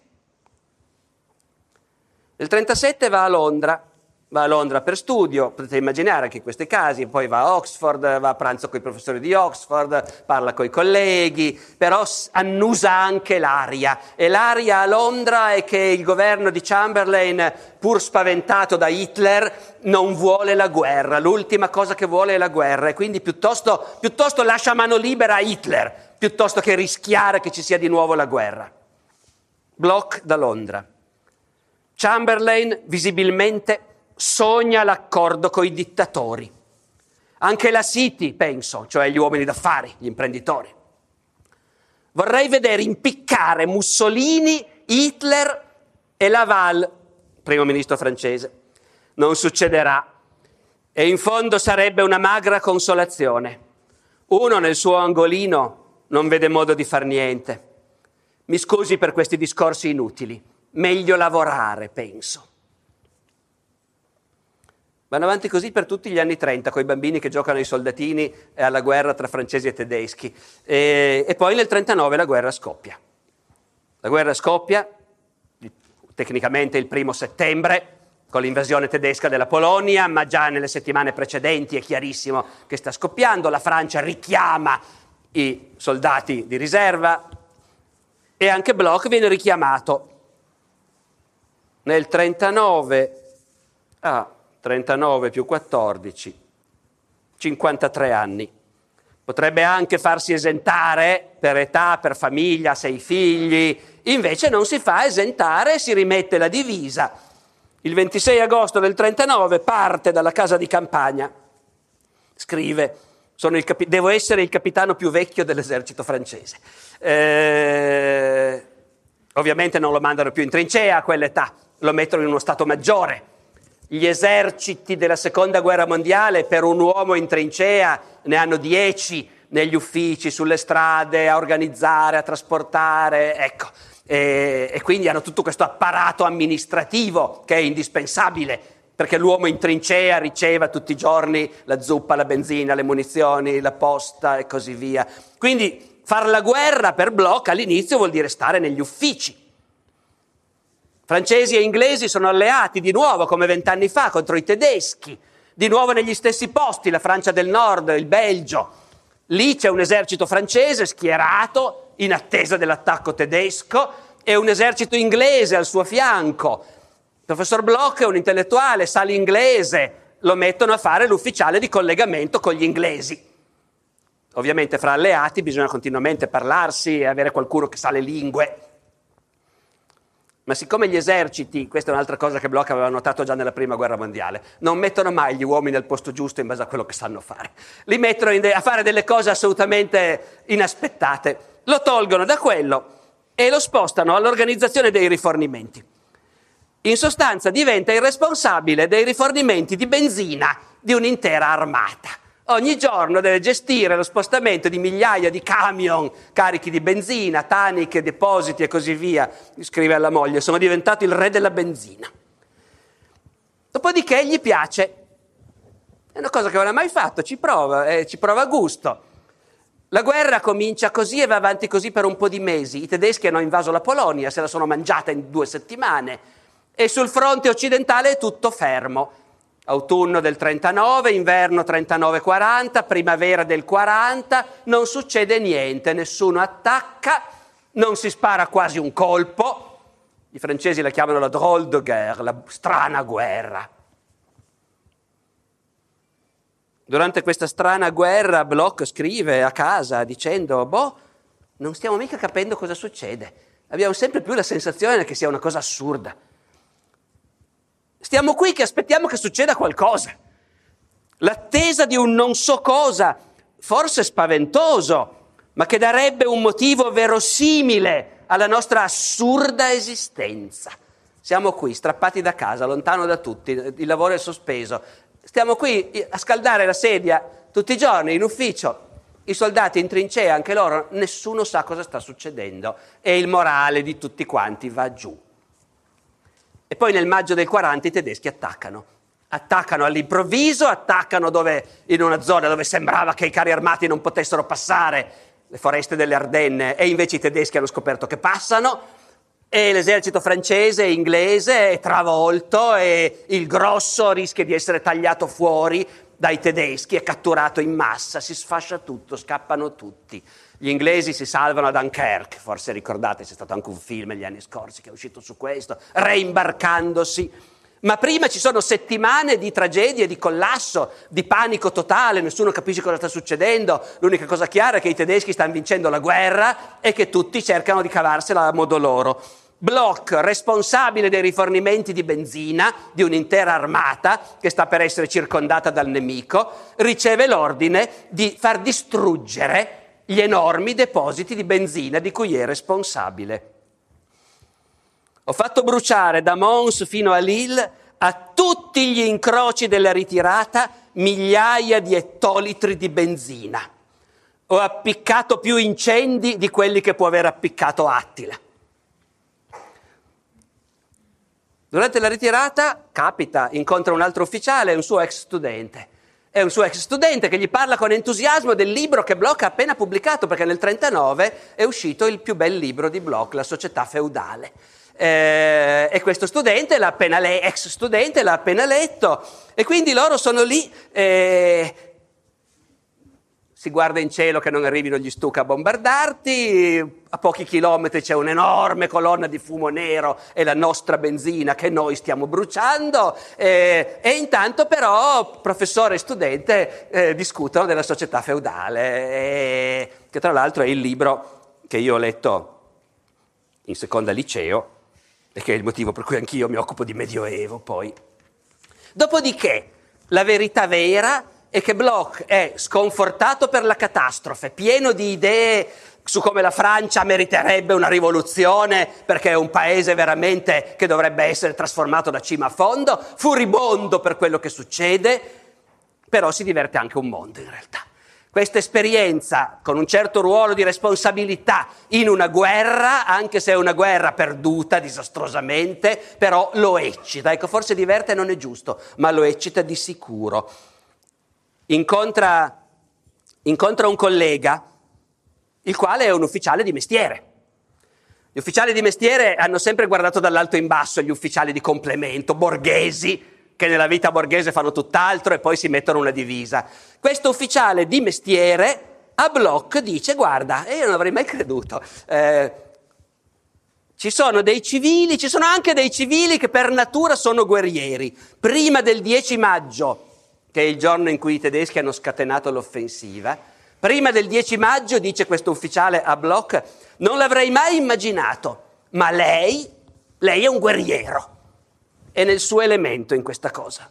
Nel trentasette va a Londra, va a Londra per studio, potete immaginare anche in questi casi, poi va a Oxford, va a pranzo con i professori di Oxford, parla con i colleghi, però annusa anche l'aria. E l'aria a Londra è che il governo di Chamberlain, pur spaventato da Hitler, non vuole la guerra. L'ultima cosa che vuole è la guerra e quindi piuttosto, piuttosto lascia mano libera a Hitler, piuttosto che rischiare che ci sia di nuovo la guerra. Bloch da Londra. Chamberlain visibilmente sogna l'accordo coi dittatori. Anche la City, penso, cioè gli uomini d'affari, gli imprenditori. Vorrei vedere impiccare Mussolini, Hitler e Laval, primo ministro francese. Non succederà e in fondo sarebbe una magra consolazione. Uno nel suo angolino non vede modo di far niente. Mi scusi per questi discorsi inutili. Meglio lavorare, penso. Vanno avanti così per tutti gli anni trenta, con i bambini che giocano ai soldatini e alla guerra tra francesi e tedeschi. E, e poi nel trentanove la guerra scoppia. La guerra scoppia, tecnicamente il primo settembre, con l'invasione tedesca della Polonia, ma già nelle settimane precedenti è chiarissimo che sta scoppiando. La Francia richiama i soldati di riserva e anche Bloch viene richiamato. Nel trentanove, ah, trentanove più quattordici, cinquantatré anni. Potrebbe anche farsi esentare per età, per famiglia, sei figli, invece non si fa esentare e si rimette la divisa. Il ventisei agosto del trentanove parte dalla casa di campagna, scrive: sono il capi- devo essere il capitano più vecchio dell'esercito francese. Eh, ovviamente non lo mandano più in trincea a quell'età, lo mettono in uno stato maggiore. Gli eserciti della seconda guerra mondiale per un uomo in trincea ne hanno dieci, negli uffici, sulle strade, a organizzare, a trasportare, ecco. E, e quindi hanno tutto questo apparato amministrativo che è indispensabile, perché l'uomo in trincea riceva tutti i giorni la zuppa, la benzina, le munizioni, la posta e così via. Quindi far la guerra per Bloch all'inizio vuol dire stare negli uffici. Francesi e inglesi sono alleati di nuovo, come vent'anni fa, contro i tedeschi, di nuovo negli stessi posti, la Francia del Nord, il Belgio. Lì c'è un esercito francese schierato in attesa dell'attacco tedesco e un esercito inglese al suo fianco. Il professor Bloch è un intellettuale, sa l'inglese, lo mettono a fare l'ufficiale di collegamento con gli inglesi. Ovviamente fra alleati bisogna continuamente parlarsi e avere qualcuno che sa le lingue. Ma siccome gli eserciti, questa è un'altra cosa che Bloch aveva notato già nella prima guerra mondiale, non mettono mai gli uomini al posto giusto in base a quello che sanno fare. Li mettono de- a fare delle cose assolutamente inaspettate. Lo tolgono da quello e lo spostano all'organizzazione dei rifornimenti. In sostanza diventa il responsabile dei rifornimenti di benzina di un'intera armata. Ogni giorno deve gestire lo spostamento di migliaia di camion carichi di benzina, taniche, depositi e così via. Scrive alla moglie: sono diventato il re della benzina. Dopodiché gli piace. È una cosa che non ha mai fatto, ci prova, eh, ci prova gusto. La guerra comincia così e va avanti così per un po' di mesi. I tedeschi hanno invaso la Polonia, se la sono mangiata in due settimane e sul fronte occidentale è tutto fermo. Autunno del trentanove, inverno trentanove quaranta, primavera del quaranta, non succede niente, nessuno attacca, non si spara quasi un colpo. I francesi la chiamano la drôle de guerre, la strana guerra. Durante questa strana guerra Bloch scrive a casa dicendo: boh, non stiamo mica capendo cosa succede. Abbiamo sempre più la sensazione che sia una cosa assurda. Stiamo qui che aspettiamo che succeda qualcosa. L'attesa di un non so cosa, forse spaventoso, ma che darebbe un motivo verosimile alla nostra assurda esistenza. Siamo qui, strappati da casa, lontano da tutti, il lavoro è sospeso. Stiamo qui a scaldare la sedia tutti i giorni in ufficio. I soldati in trincea, anche loro, nessuno sa cosa sta succedendo e il morale di tutti quanti va giù. E poi nel maggio del quaranta i tedeschi attaccano. Attaccano all'improvviso, attaccano dove, in una zona dove sembrava che i carri armati non potessero passare, le foreste delle Ardenne, e invece i tedeschi hanno scoperto che passano, e l'esercito francese e inglese è travolto e il grosso rischia di essere tagliato fuori dai tedeschi, è catturato in massa, si sfascia tutto, scappano tutti. Gli inglesi si salvano a Dunkerque, forse ricordate, c'è stato anche un film negli anni scorsi che è uscito su questo, reimbarcandosi. Ma prima ci sono settimane di tragedie, di collasso, di panico totale, nessuno capisce cosa sta succedendo, l'unica cosa chiara è che i tedeschi stanno vincendo la guerra e che tutti cercano di cavarsela a modo loro. Bloch, responsabile dei rifornimenti di benzina di un'intera armata che sta per essere circondata dal nemico, riceve l'ordine di far distruggere gli enormi depositi di benzina di cui è responsabile. Ho fatto bruciare da Mons fino a Lille, a tutti gli incroci della ritirata, migliaia di ettolitri di benzina. Ho appiccato più incendi di quelli che può aver appiccato Attila. Durante la ritirata capita, incontra un altro ufficiale, un suo ex studente. È un suo ex studente che gli parla con entusiasmo del libro che Bloch ha appena pubblicato, perché nel trentanove è uscito il più bel libro di Bloch, La società feudale. Eh, e questo studente, l'ha appena le- ex studente, l'ha appena letto, e quindi loro sono lì, eh, si guarda in cielo che non arrivino gli Stuka a bombardarti, a pochi chilometri c'è un'enorme colonna di fumo nero e la nostra benzina che noi stiamo bruciando, eh, e intanto però professore e studente eh, discutono della società feudale, eh, che tra l'altro è il libro che io ho letto in seconda liceo e che è il motivo per cui anch'io mi occupo di Medioevo poi. Dopodiché la verità vera è che Bloch è sconfortato per la catastrofe, pieno di idee su come la Francia meriterebbe una rivoluzione perché è un paese veramente che dovrebbe essere trasformato da cima a fondo, furibondo per quello che succede, però si diverte anche un mondo in realtà. questa esperienza con un certo ruolo di responsabilità in una guerra, anche se è una guerra perduta disastrosamente, però lo eccita. Ecco, forse diverte non è giusto, ma lo eccita di sicuro. Incontra, incontra un collega, il quale è un ufficiale di mestiere. Gli ufficiali di mestiere hanno sempre guardato dall'alto in basso gli ufficiali di complemento, borghesi, che nella vita borghese fanno tutt'altro e poi si mettono una divisa. Questo ufficiale di mestiere a Bloch dice: guarda, io non avrei mai creduto, eh, ci sono dei civili, ci sono anche dei civili che per natura sono guerrieri. Prima del dieci maggio, che è il giorno in cui i tedeschi hanno scatenato l'offensiva, prima del dieci maggio, dice questo ufficiale a Bloch, non l'avrei mai immaginato, ma lei, lei è un guerriero. È nel suo elemento in questa cosa.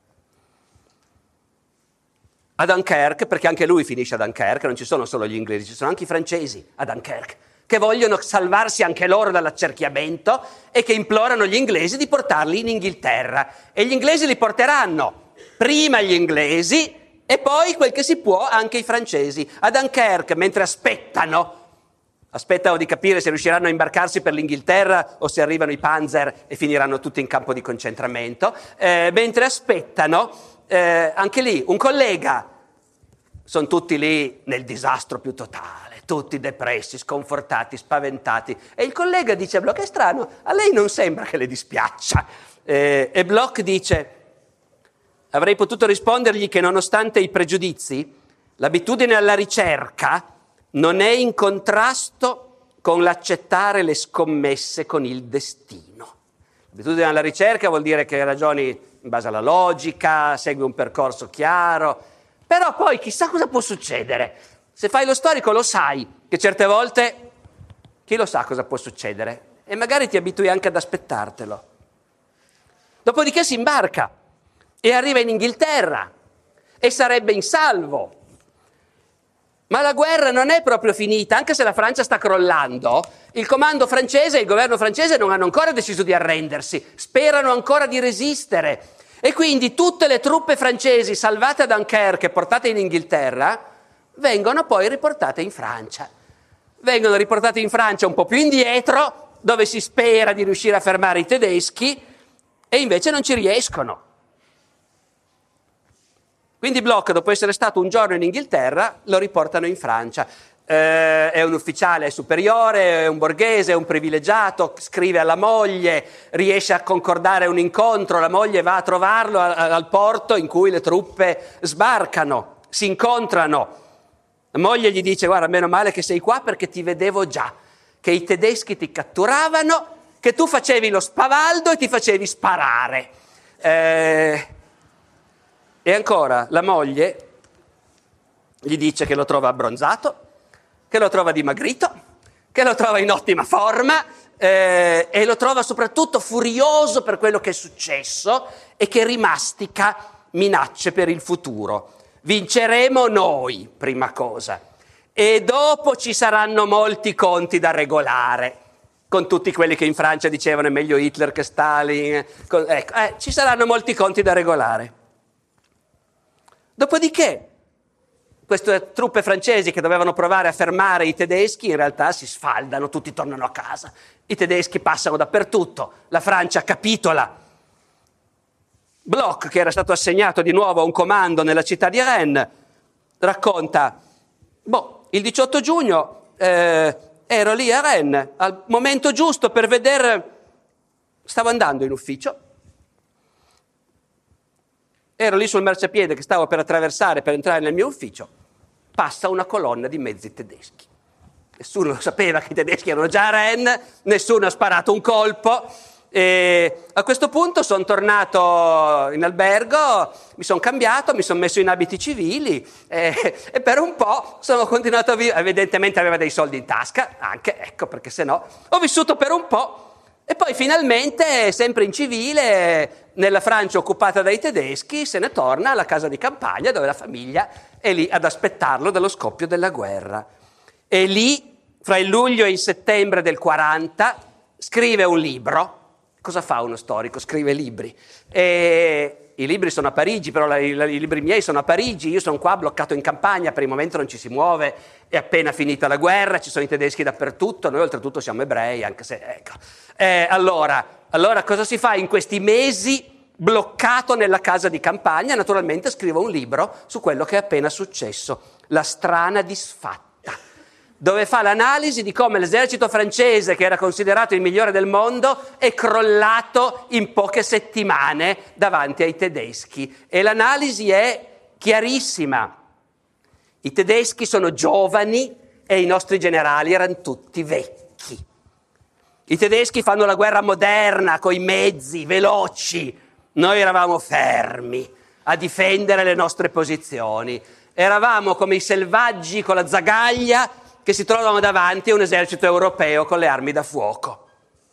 A Dunkerque, perché anche lui finisce a Dunkerque, non ci sono solo gli inglesi, ci sono anche i francesi a Dunkerque, che vogliono salvarsi anche loro dall'accerchiamento e che implorano gli inglesi di portarli in Inghilterra. E gli inglesi li porteranno, prima gli inglesi e poi quel che si può anche i francesi. A Dunkerque, mentre aspettano, aspettano di capire se riusciranno a imbarcarsi per l'Inghilterra o se arrivano i Panzer e finiranno tutti in campo di concentramento. Eh, mentre aspettano, eh, anche lì un collega, sono tutti lì nel disastro più totale, tutti depressi, sconfortati, spaventati. E il collega dice a Bloch: è strano, a lei non sembra che le dispiaccia. Eh, e Bloch dice: avrei potuto rispondergli che nonostante i pregiudizi, l'abitudine alla ricerca non è in contrasto con l'accettare le scommesse con il destino. L'abitudine alla ricerca vuol dire che ragioni in base alla logica, segui un percorso chiaro, però poi chissà cosa può succedere. Se fai lo storico lo sai che certe volte chi lo sa cosa può succedere e magari ti abitui anche ad aspettartelo. Dopodiché si imbarca e arriva in Inghilterra e sarebbe in salvo. Ma la guerra non è proprio finita, anche se la Francia sta crollando. Il comando francese e il governo francese non hanno ancora deciso di arrendersi, sperano ancora di resistere. E quindi tutte le truppe francesi salvate a Dunkerque e portate in Inghilterra vengono poi riportate in Francia. Vengono riportate in Francia un po' più indietro, dove si spera di riuscire a fermare i tedeschi, e invece non ci riescono. Quindi Bloch, dopo essere stato un giorno in Inghilterra, lo riportano in Francia. Eh, è un ufficiale superiore, è un borghese, è un privilegiato, scrive alla moglie, riesce a concordare un incontro, la moglie va a trovarlo a, a, al porto in cui le truppe sbarcano, si incontrano. La moglie gli dice: guarda, meno male che sei qua perché ti vedevo già, che i tedeschi ti catturavano, che tu facevi lo spavaldo e ti facevi sparare. Eh... E ancora la moglie gli dice che lo trova abbronzato, che lo trova dimagrito, che lo trova in ottima forma eh, e lo trova soprattutto furioso per quello che è successo e che rimastica minacce per il futuro. Vinceremo noi, prima cosa, e dopo ci saranno molti conti da regolare con tutti quelli che in Francia dicevano è meglio Hitler che Stalin. Con, ecco, eh, ci saranno molti conti da regolare. Dopodiché, queste truppe francesi che dovevano provare a fermare i tedeschi in realtà si sfaldano, tutti tornano a casa. I tedeschi passano dappertutto, la Francia capitola. Bloch, che era stato assegnato di nuovo a un comando nella città di Rennes, racconta: boh, il diciotto giugno eh, ero lì a Rennes, al momento giusto per vedere, stavo andando in ufficio, ero lì sul marciapiede che stavo per attraversare per entrare nel mio ufficio, passa una colonna di mezzi tedeschi. Nessuno lo sapeva che i tedeschi erano già a Rennes, nessuno ha sparato un colpo. E a questo punto sono tornato in albergo, mi sono cambiato, mi sono messo in abiti civili e, e per un po' sono continuato a vivere. Evidentemente aveva dei soldi in tasca, anche, ecco, perché sennò ho vissuto per un po'. E poi finalmente, sempre in civile, nella Francia occupata dai tedeschi, se ne torna alla casa di campagna dove la famiglia è lì ad aspettarlo dallo scoppio della guerra. E lì, fra il luglio e il settembre del quaranta, scrive un libro Cosa fa uno storico? Scrive libri. E i libri sono a Parigi, però la, i, i libri miei sono a Parigi, io sono qua bloccato in campagna, per il momento non ci si muove, è appena finita la guerra, ci sono i tedeschi dappertutto, noi oltretutto siamo ebrei, anche se... Ecco. Eh, allora, allora, cosa si fa in questi mesi bloccato nella casa di campagna? Naturalmente scrivo un libro su quello che è appena successo, La strana disfatta, dove fa l'analisi di come l'esercito francese, che era considerato il migliore del mondo, è crollato in poche settimane davanti ai tedeschi. E l'analisi è chiarissima. I tedeschi sono giovani e i nostri generali erano tutti vecchi. I tedeschi fanno la guerra moderna, coi mezzi, veloci. Noi eravamo fermi a difendere le nostre posizioni. Eravamo come i selvaggi con la zagaglia che si trovano davanti a un esercito europeo con le armi da fuoco.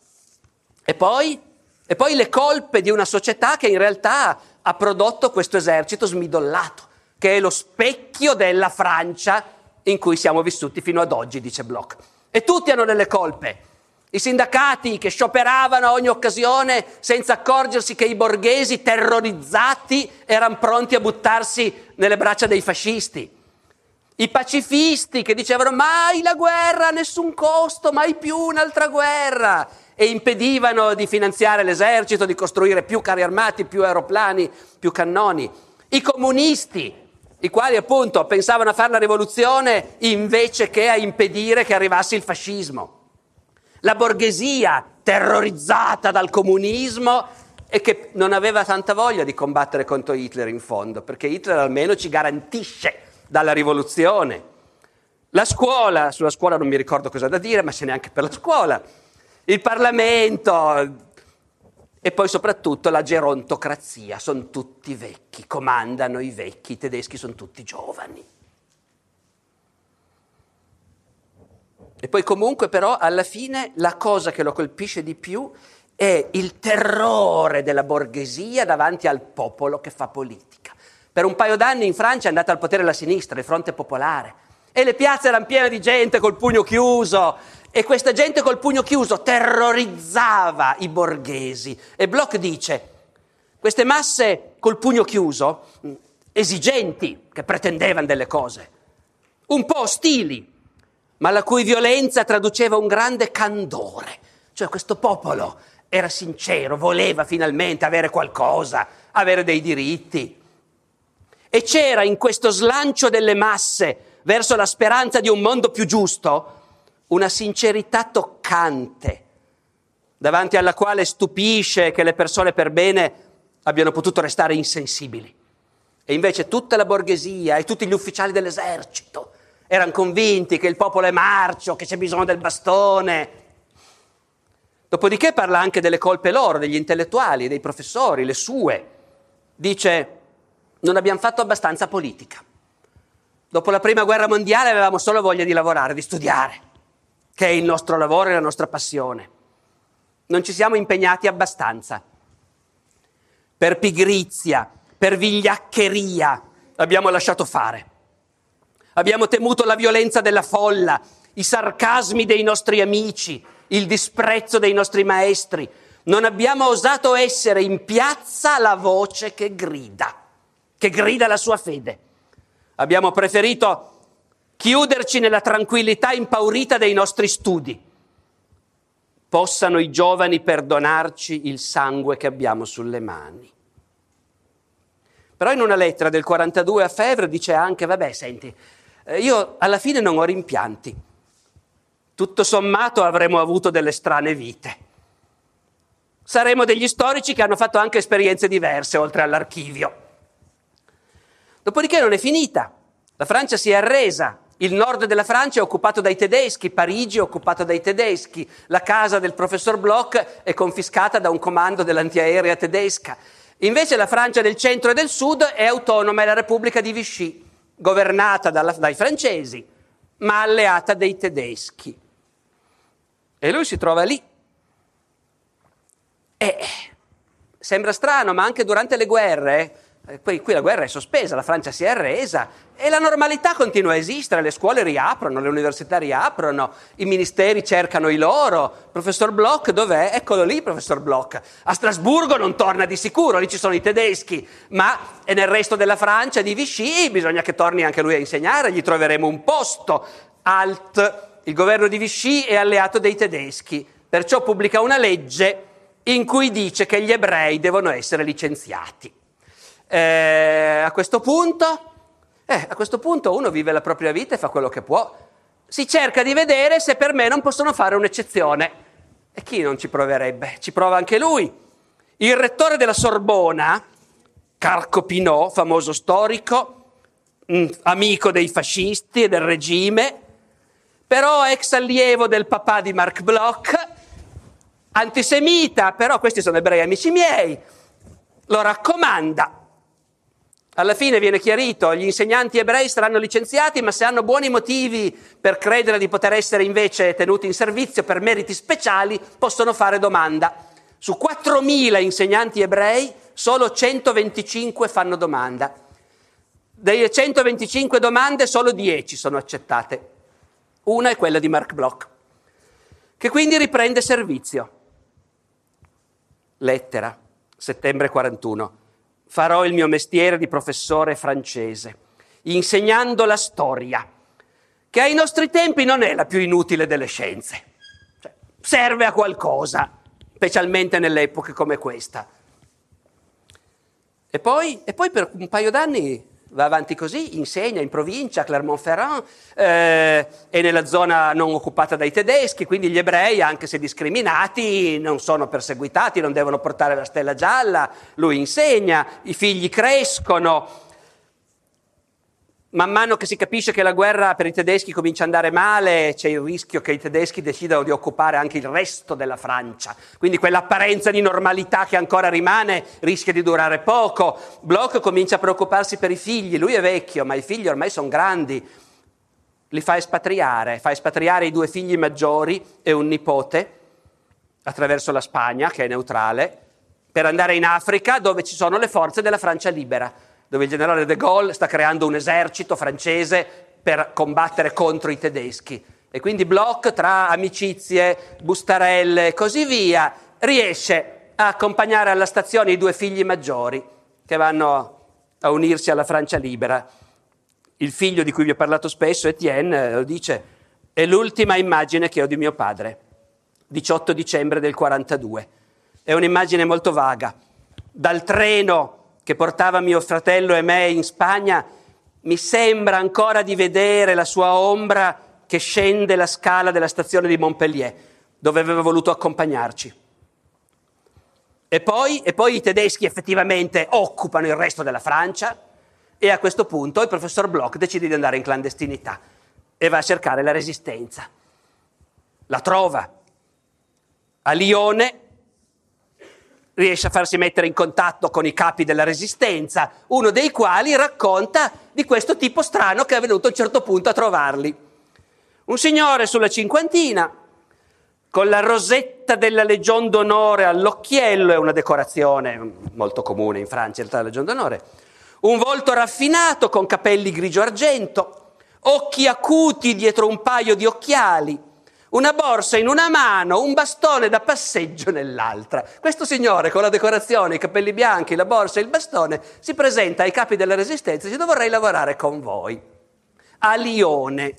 E poi, e poi le colpe di una società che in realtà ha prodotto questo esercito smidollato, che è lo specchio della Francia in cui siamo vissuti fino ad oggi, dice Bloch. E tutti hanno delle colpe. I sindacati che scioperavano a ogni occasione senza accorgersi che i borghesi terrorizzati erano pronti a buttarsi nelle braccia dei fascisti. I pacifisti che dicevano mai la guerra a nessun costo, mai più un'altra guerra, e impedivano di finanziare l'esercito, di costruire più carri armati, più aeroplani, più cannoni. I comunisti, i quali appunto pensavano a fare la rivoluzione invece che a impedire che arrivasse il fascismo. La borghesia terrorizzata dal comunismo e che non aveva tanta voglia di combattere contro Hitler in fondo, perché Hitler almeno ci garantisce dalla rivoluzione. La scuola, sulla scuola non mi ricordo cosa da dire, ma se neanche per la scuola. Il Parlamento e poi soprattutto la gerontocrazia, sono tutti vecchi, comandano i vecchi, i tedeschi sono tutti giovani. E poi comunque però alla fine la cosa che lo colpisce di più è il terrore della borghesia davanti al popolo che fa politica. Per un paio d'anni in Francia è andata al potere la sinistra, il Fronte Popolare, e le piazze erano piene di gente col pugno chiuso, e questa gente col pugno chiuso terrorizzava i borghesi. E Bloch dice, queste masse col pugno chiuso, esigenti, che pretendevano delle cose, un po' ostili, ma la cui violenza traduceva un grande candore. Cioè questo popolo era sincero, voleva finalmente avere qualcosa, avere dei diritti. E c'era in questo slancio delle masse verso la speranza di un mondo più giusto una sincerità toccante, davanti alla quale stupisce che le persone per bene abbiano potuto restare insensibili. E invece tutta la borghesia e tutti gli ufficiali dell'esercito erano convinti che il popolo è marcio, che c'è bisogno del bastone. Dopodiché parla anche delle colpe loro, degli intellettuali, dei professori, le sue. Dice, non abbiamo fatto abbastanza politica. Dopo la prima guerra mondiale avevamo solo voglia di lavorare, di studiare, che è il nostro lavoro e la nostra passione. Non ci siamo impegnati abbastanza. Per pigrizia, per vigliaccheria abbiamo lasciato fare. Abbiamo temuto la violenza della folla, i sarcasmi dei nostri amici, il disprezzo dei nostri maestri. Non abbiamo osato essere in piazza la voce che grida, che grida la sua fede. Abbiamo preferito chiuderci nella tranquillità impaurita dei nostri studi. Possano i giovani perdonarci il sangue che abbiamo sulle mani. Però in una lettera del quarantadue a Febbre dice anche, vabbè, senti, io alla fine non ho rimpianti. Tutto sommato avremo avuto delle strane vite. Saremo degli storici che hanno fatto anche esperienze diverse, oltre all'archivio. Dopodiché non è finita. La Francia si è arresa. Il nord della Francia è occupato dai tedeschi, Parigi è occupata dai tedeschi, la casa del professor Bloch è confiscata da un comando dell'antiaerea tedesca. Invece la Francia del centro e del sud è autonoma, è la Repubblica di Vichy, governata dalla, dai francesi, ma alleata dei tedeschi. E lui si trova lì. E sembra strano, ma anche durante le guerre Poi qui la guerra è sospesa, la Francia si è arresa e la normalità continua a esistere, le scuole riaprono, le università riaprono, i ministeri cercano i loro. Professor Bloch dov'è? Eccolo lì, professor Bloch. A Strasburgo non torna di sicuro, lì ci sono i tedeschi, ma e nel resto della Francia, di Vichy, bisogna che torni anche lui a insegnare, gli troveremo un posto. Alt, il governo di Vichy è alleato dei tedeschi, perciò pubblica una legge in cui dice che gli ebrei devono essere licenziati. Eh, a questo punto, eh, a questo punto uno vive la propria vita e fa quello che può. Si cerca di vedere se per me non possono fare un'eccezione. E chi non ci proverebbe? Ci prova anche lui. Il rettore della Sorbona, Carco Pinot, famoso storico, mh, amico dei fascisti e del regime, però ex allievo del papà di Marc Bloch, antisemita, però questi sono ebrei amici miei, lo raccomanda. Alla fine viene chiarito, gli insegnanti ebrei saranno licenziati, ma se hanno buoni motivi per credere di poter essere invece tenuti in servizio per meriti speciali, possono fare domanda. Su quattromila insegnanti ebrei, solo centoventicinque fanno domanda. Delle centoventicinque domande, solo dieci sono accettate. Una è quella di Marc Bloch, che quindi riprende servizio. Lettera, settembre quarantuno. Farò il mio mestiere di professore francese, insegnando la storia, che ai nostri tempi non è la più inutile delle scienze. Cioè, serve a qualcosa, specialmente nelle epoche come questa. E poi, e poi per un paio d'anni va avanti così, insegna in provincia, a Clermont-Ferrand, eh, e nella zona non occupata dai tedeschi, quindi gli ebrei, anche se discriminati, non sono perseguitati, non devono portare la stella gialla, lui insegna, i figli crescono. Man mano che si capisce che la guerra per i tedeschi comincia ad andare male, c'è il rischio che i tedeschi decidano di occupare anche il resto della Francia. Quindi quell'apparenza di normalità che ancora rimane rischia di durare poco. Bloch comincia a preoccuparsi per i figli, lui è vecchio, ma i figli ormai sono grandi. Li fa espatriare, fa espatriare i due figli maggiori e un nipote attraverso la Spagna, che è neutrale, per andare in Africa dove ci sono le forze della Francia libera, dove il generale de Gaulle sta creando un esercito francese per combattere contro i tedeschi. E quindi Bloch, tra amicizie, bustarelle e così via, riesce a accompagnare alla stazione i due figli maggiori che vanno a unirsi alla Francia libera. Il figlio di cui vi ho parlato spesso, Etienne, lo dice, è l'ultima immagine che ho di mio padre, diciotto dicembre del quarantadue. È un'immagine molto vaga. Dal treno che portava mio fratello e me in Spagna, mi sembra ancora di vedere la sua ombra che scende la scala della stazione di Montpellier, dove aveva voluto accompagnarci. E poi, e poi i tedeschi effettivamente occupano il resto della Francia e a questo punto il professor Bloch decide di andare in clandestinità e va a cercare la resistenza. La trova a Lione. Riesce a farsi mettere in contatto con i capi della resistenza, uno dei quali racconta di questo tipo strano che è venuto a un certo punto a trovarli. Un signore sulla cinquantina, con la rosetta della Legion d'Onore all'occhiello, è una decorazione molto comune in Francia, la Legion d'Onore, un volto raffinato con capelli grigio-argento, occhi acuti dietro un paio di occhiali, una borsa in una mano, un bastone da passeggio nell'altra. Questo signore con la decorazione, i capelli bianchi, la borsa e il bastone si presenta ai capi della resistenza e dice: vorrei lavorare con voi a Lione.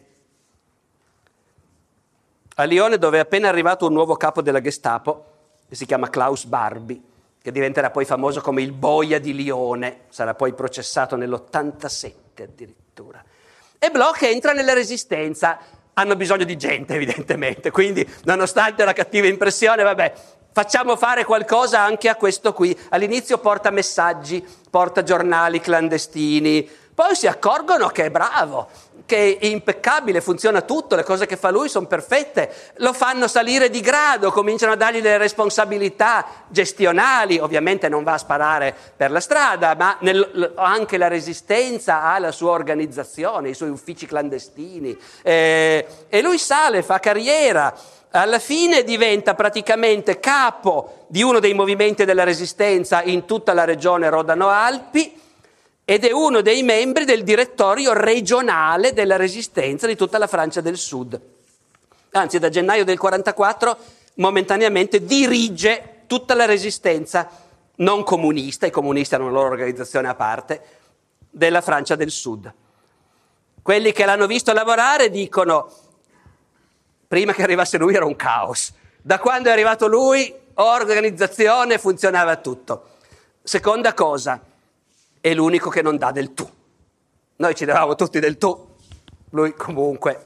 A Lione, dove è appena arrivato un nuovo capo della Gestapo che si chiama Klaus Barbie, che diventerà poi famoso come il boia di Lione, sarà poi processato nell'ottantasette addirittura. E Bloch entra nella resistenza. Hanno bisogno di gente, evidentemente, quindi nonostante la cattiva impressione, vabbè, facciamo fare qualcosa anche a questo qui. All'inizio porta messaggi, porta giornali clandestini, poi si accorgono che è bravo, che è impeccabile, funziona tutto, le cose che fa lui sono perfette, lo fanno salire di grado, cominciano a dargli delle responsabilità gestionali, ovviamente non va a sparare per la strada, ma nel, anche la resistenza ha la sua organizzazione, i suoi uffici clandestini, eh, e lui sale, fa carriera, alla fine diventa praticamente capo di uno dei movimenti della resistenza in tutta la regione Rodano-Alpi, ed è uno dei membri del direttorio regionale della resistenza di tutta la Francia del Sud. Anzi, da gennaio del quarantaquattro momentaneamente dirige tutta la resistenza non comunista, i comunisti hanno una loro organizzazione a parte, della Francia del Sud. Quelli che l'hanno visto lavorare dicono: prima che arrivasse lui era un caos, da quando è arrivato lui, organizzazione, funzionava tutto. Seconda cosa, è l'unico che non dà del tu. Noi ci davamo tutti del tu, lui comunque.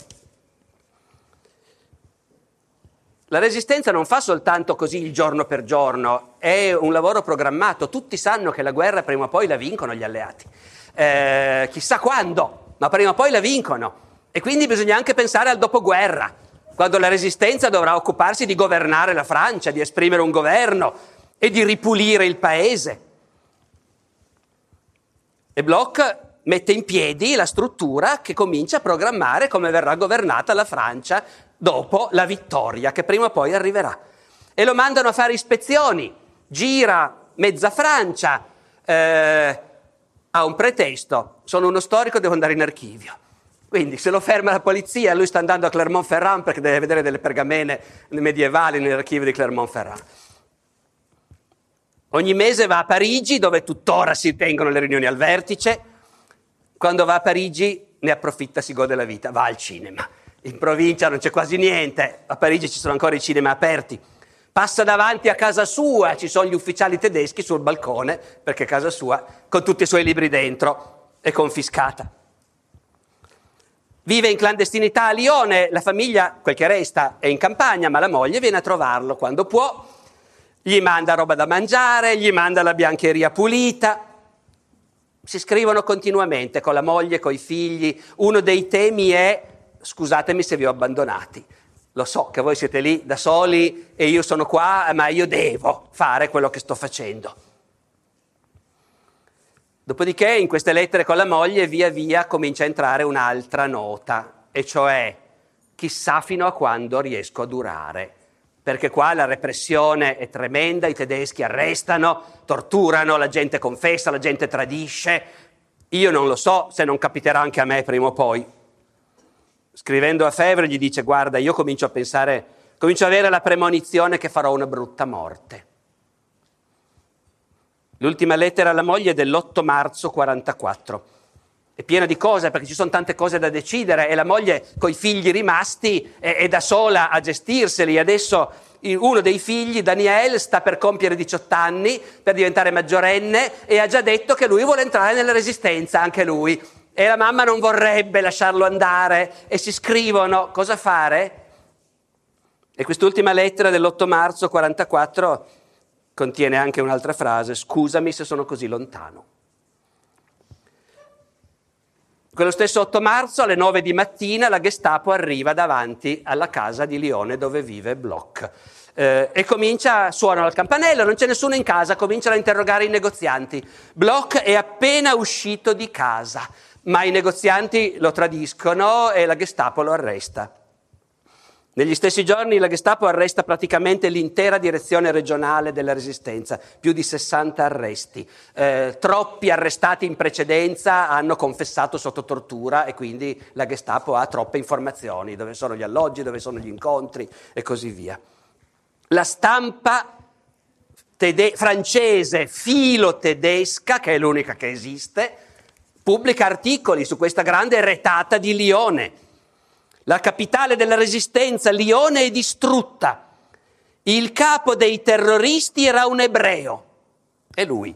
La resistenza non fa soltanto così il giorno per giorno, è un lavoro programmato. Tutti sanno che la guerra prima o poi la vincono gli alleati. Eh, chissà quando, ma prima o poi la vincono. E quindi bisogna anche pensare al dopoguerra, quando la resistenza dovrà occuparsi di governare la Francia, di esprimere un governo e di ripulire il paese. E Bloch mette in piedi la struttura che comincia a programmare come verrà governata la Francia dopo la vittoria, che prima o poi arriverà. E lo mandano a fare ispezioni, gira mezza Francia, eh, ha un pretesto: sono uno storico, devo andare in archivio. Quindi se lo ferma la polizia, lui sta andando a Clermont-Ferrand perché deve vedere delle pergamene medievali nell'archivio di Clermont-Ferrand. Ogni mese va a Parigi, dove tuttora si tengono le riunioni al vertice. Quando va a Parigi ne approfitta, si gode la vita, va al cinema. In provincia non c'è quasi niente, a Parigi ci sono ancora i cinema aperti. Passa davanti a casa sua, ci sono gli ufficiali tedeschi sul balcone, perché casa sua, con tutti i suoi libri dentro, è confiscata. Vive in clandestinità a Lione, la famiglia, quel che resta, è in campagna, ma la moglie viene a trovarlo quando può, gli manda roba da mangiare, gli manda la biancheria pulita. Si scrivono continuamente con la moglie, coi figli. Uno dei temi è: scusatemi se vi ho abbandonati. Lo so che voi siete lì da soli e io sono qua, ma io devo fare quello che sto facendo. Dopodiché in queste lettere con la moglie via via comincia a entrare un'altra nota, e cioè: chissà fino a quando riesco a durare, perché qua la repressione è tremenda, i tedeschi arrestano, torturano, la gente confessa, la gente tradisce. Io non lo so se non capiterà anche a me prima o poi. Scrivendo a Febvre gli dice: guarda, io comincio a pensare, comincio a avere la premonizione che farò una brutta morte. L'ultima lettera alla moglie è dell'otto marzo quarantaquattro. È piena di cose, perché ci sono tante cose da decidere, e la moglie coi figli rimasti è, è da sola a gestirseli. Adesso uno dei figli, Daniel, sta per compiere diciotto anni, per diventare maggiorenne, e ha già detto che lui vuole entrare nella resistenza, anche lui. E la mamma non vorrebbe lasciarlo andare, e si scrivono cosa fare. E quest'ultima lettera dell'otto marzo quarantaquattro contiene anche un'altra frase: scusami se sono così lontano. Quello stesso otto marzo alle nove di mattina la Gestapo arriva davanti alla casa di Lione dove vive Bloch, eh, e comincia, suonano al campanello, non c'è nessuno in casa, cominciano a interrogare i negozianti. Bloch è appena uscito di casa, ma i negozianti lo tradiscono e la Gestapo lo arresta. Negli stessi giorni la Gestapo arresta praticamente l'intera direzione regionale della Resistenza, più di sessanta arresti. Eh, troppi arrestati in precedenza hanno confessato sotto tortura, e quindi la Gestapo ha troppe informazioni: dove sono gli alloggi, dove sono gli incontri e così via. La stampa tede- francese filo-tedesca, che è l'unica che esiste, pubblica articoli su questa grande retata di Lione. La capitale della resistenza, Lione, è distrutta. Il capo dei terroristi era un ebreo. È lui.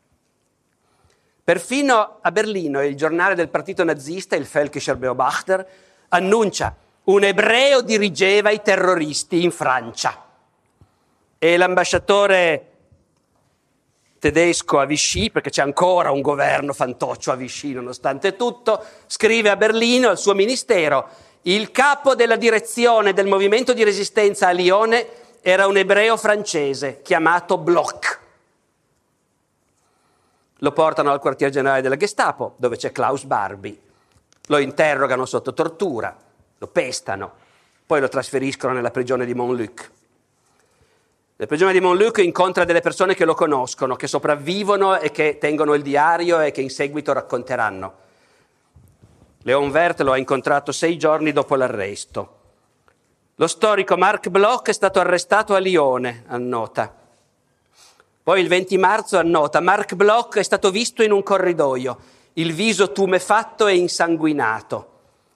Perfino a Berlino il giornale del partito nazista, il Völkischer Beobachter, annuncia: un ebreo dirigeva i terroristi in Francia. E l'ambasciatore tedesco a Vichy, perché c'è ancora un governo fantoccio a Vichy nonostante tutto, scrive a Berlino al suo ministero: il capo della direzione del movimento di resistenza a Lione era un ebreo francese chiamato Bloch. Lo portano al quartier generale della Gestapo, dove c'è Klaus Barbie. Lo interrogano sotto tortura, lo pestano, poi lo trasferiscono nella prigione di Montluc. Nel prigione di Montluc incontra delle persone che lo conoscono, che sopravvivono e che tengono il diario e che in seguito racconteranno. Léon Werth lo ha incontrato sei giorni dopo l'arresto. Lo storico Marc Bloch è stato arrestato a Lione, annota. Poi il venti marzo, annota, Marc Bloch è stato visto in un corridoio, il viso tumefatto e insanguinato.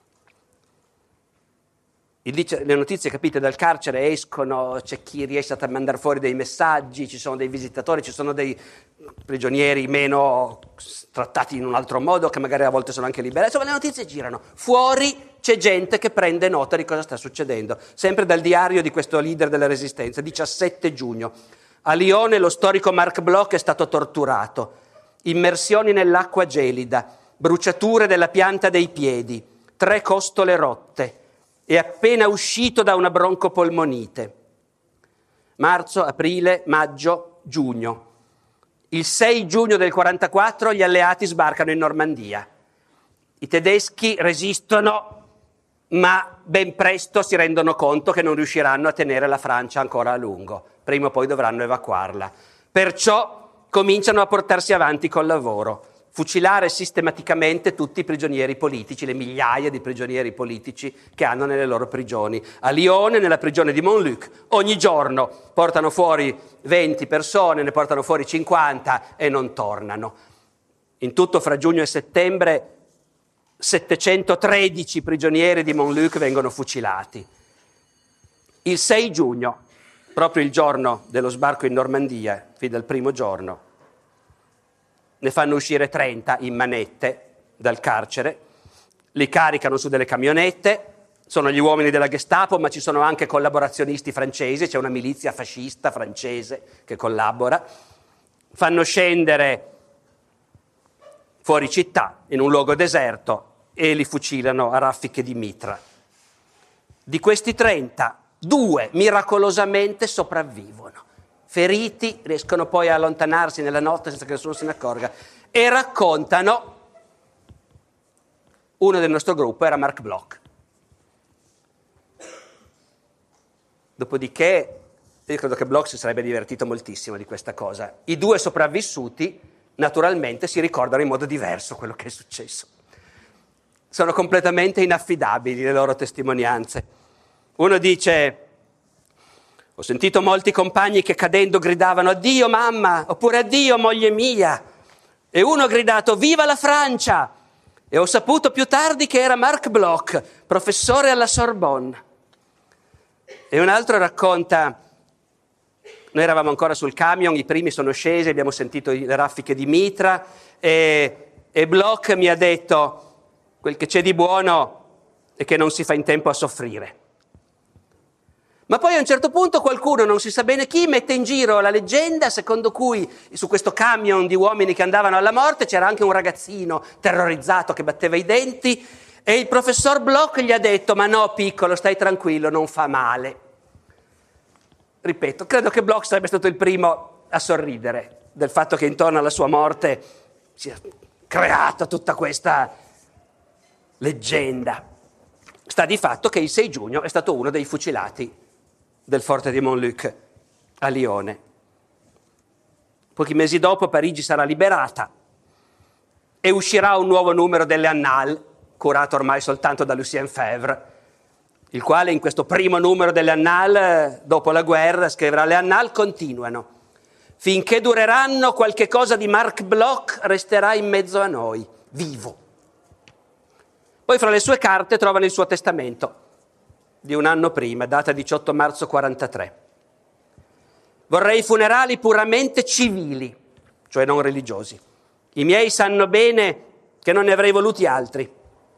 Le notizie, capite, dal carcere escono, c'è chi riesce a mandare fuori dei messaggi, ci sono dei visitatori, ci sono dei prigionieri meno trattati in un altro modo, che magari a volte sono anche liberati. Insomma, le notizie girano. Fuori c'è gente che prende nota di cosa sta succedendo. Sempre dal diario di questo leader della Resistenza, diciassette giugno. A Lione lo storico Marc Bloch è stato torturato. Immersioni nell'acqua gelida, bruciature della pianta dei piedi, tre costole rotte. È appena uscito da una broncopolmonite. Marzo, aprile, maggio, giugno. Il sei giugno del quarantaquattro gli alleati sbarcano in Normandia. I tedeschi resistono, ma ben presto si rendono conto che non riusciranno a tenere la Francia ancora a lungo. Prima o poi dovranno evacuarla. Perciò cominciano a portarsi avanti col lavoro. Fucilare sistematicamente tutti i prigionieri politici, le migliaia di prigionieri politici che hanno nelle loro prigioni. A Lione, nella prigione di Montluc, ogni giorno portano fuori venti persone, ne portano fuori cinquanta e non tornano. In tutto fra giugno e settembre settecentotredici prigionieri di Montluc vengono fucilati. Il sei giugno, proprio il giorno dello sbarco in Normandia, fin dal primo giorno, ne fanno uscire trenta in manette dal carcere, li caricano su delle camionette, sono gli uomini della Gestapo, ma ci sono anche collaborazionisti francesi, c'è una milizia fascista francese che collabora, fanno scendere fuori città, in un luogo deserto, e li fucilano a raffiche di mitra. Di questi trenta, due miracolosamente sopravvivono. Feriti, riescono poi a allontanarsi nella notte senza che nessuno se ne accorga, e raccontano, uno del nostro gruppo era Marc Bloch. Dopodiché, io credo che Bloch si sarebbe divertito moltissimo di questa cosa. I due sopravvissuti, naturalmente, si ricordano in modo diverso quello che è successo. Sono completamente inaffidabili le loro testimonianze. Uno dice: ho sentito molti compagni che cadendo gridavano addio mamma, oppure addio moglie mia, e uno ha gridato viva la Francia, e ho saputo più tardi che era Marc Bloch, professore alla Sorbonne. E un altro racconta: noi eravamo ancora sul camion, i primi sono scesi, abbiamo sentito le raffiche di mitra, e, e Bloch mi ha detto: quel che c'è di buono è che non si fa in tempo a soffrire. Ma poi a un certo punto qualcuno, non si sa bene chi, mette in giro la leggenda secondo cui su questo camion di uomini che andavano alla morte c'era anche un ragazzino terrorizzato che batteva i denti, e il professor Bloch gli ha detto: ma no piccolo, stai tranquillo, non fa male. Ripeto, credo che Bloch sarebbe stato il primo a sorridere del fatto che intorno alla sua morte si è creata tutta questa leggenda. Sta di fatto che il sei giugno è stato uno dei fucilati del forte di Montluc a Lione. Pochi mesi dopo Parigi sarà liberata e uscirà un nuovo numero delle Annales, curato ormai soltanto da Lucien Febvre, il quale in questo primo numero delle Annales, dopo la guerra, scriverà: le Annales continuano. Finché dureranno, qualche cosa di Marc Bloch resterà in mezzo a noi, vivo. Poi fra le sue carte trovano il suo testamento di un anno prima, data diciotto marzo quarantatré. Vorrei funerali puramente civili, cioè non religiosi. I miei sanno bene che non ne avrei voluti altri.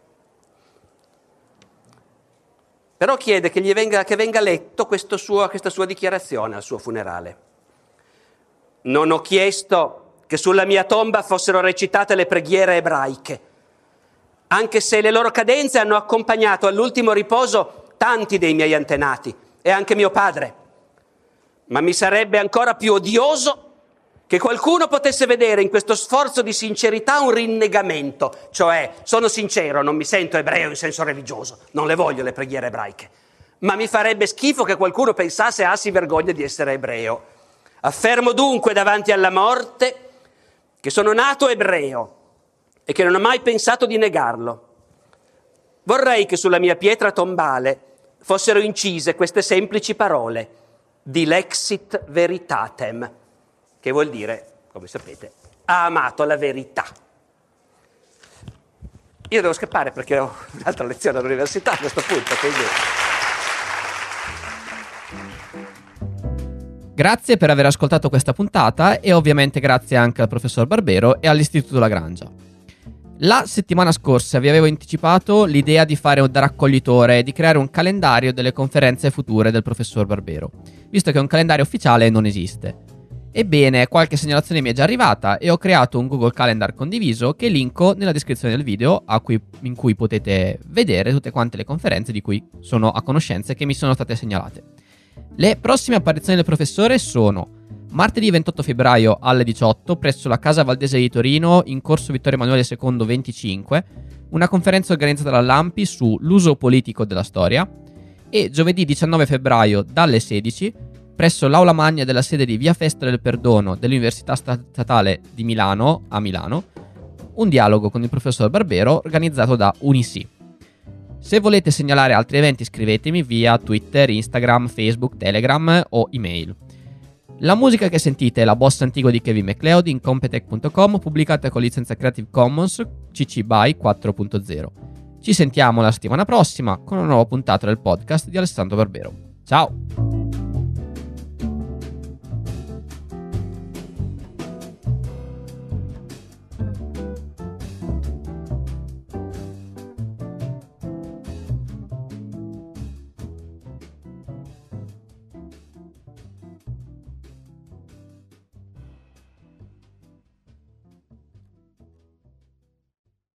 Però chiede che gli venga, che venga letto questo suo, questa sua dichiarazione al suo funerale. Non ho chiesto che sulla mia tomba fossero recitate le preghiere ebraiche, anche se le loro cadenze hanno accompagnato all'ultimo riposo tanti dei miei antenati e anche mio padre. Ma mi sarebbe ancora più odioso che qualcuno potesse vedere in questo sforzo di sincerità un rinnegamento, cioè sono sincero, non mi sento ebreo in senso religioso, non le voglio le preghiere ebraiche, ma mi farebbe schifo che qualcuno pensasse ah si vergogna di essere ebreo. Affermo dunque davanti alla morte che sono nato ebreo e che non ho mai pensato di negarlo. Vorrei che sulla mia pietra tombale fossero incise queste semplici parole: dilexit veritatem, che vuol dire, come sapete, ha amato la verità. Io devo scappare perché ho un'altra lezione all'università a questo punto, quindi... Grazie per aver ascoltato questa puntata e ovviamente grazie anche al professor Barbero e all'Istituto Lagrangia. La settimana scorsa vi avevo anticipato l'idea di fare da raccoglitore e di creare un calendario delle conferenze future del professor Barbero, visto che un calendario ufficiale non esiste. Ebbene, qualche segnalazione mi è già arrivata e ho creato un Google Calendar condiviso che linko nella descrizione del video, a cui, in cui potete vedere tutte quante le conferenze di cui sono a conoscenza e che mi sono state segnalate. Le prossime apparizioni del professore sono martedì ventotto febbraio alle diciotto presso la Casa Valdese di Torino in corso Vittorio Emanuele secondo venticinque, una conferenza organizzata dall'A M P I su l'uso politico della storia, e giovedì diciannove febbraio dalle sedici presso l'Aula Magna della sede di Via Festa del Perdono dell'Università Statale di Milano a Milano, un dialogo con il professor Barbero organizzato da Unisì. Se volete segnalare altri eventi scrivetemi via Twitter, Instagram, Facebook, Telegram o email. La musica che sentite è la bossa antigua di Kevin MacLeod in Competech punto com, pubblicata con licenza Creative Commons C C B Y quattro punto zero. Ci sentiamo la settimana prossima con una nuova puntata del podcast di Alessandro Barbero. Ciao!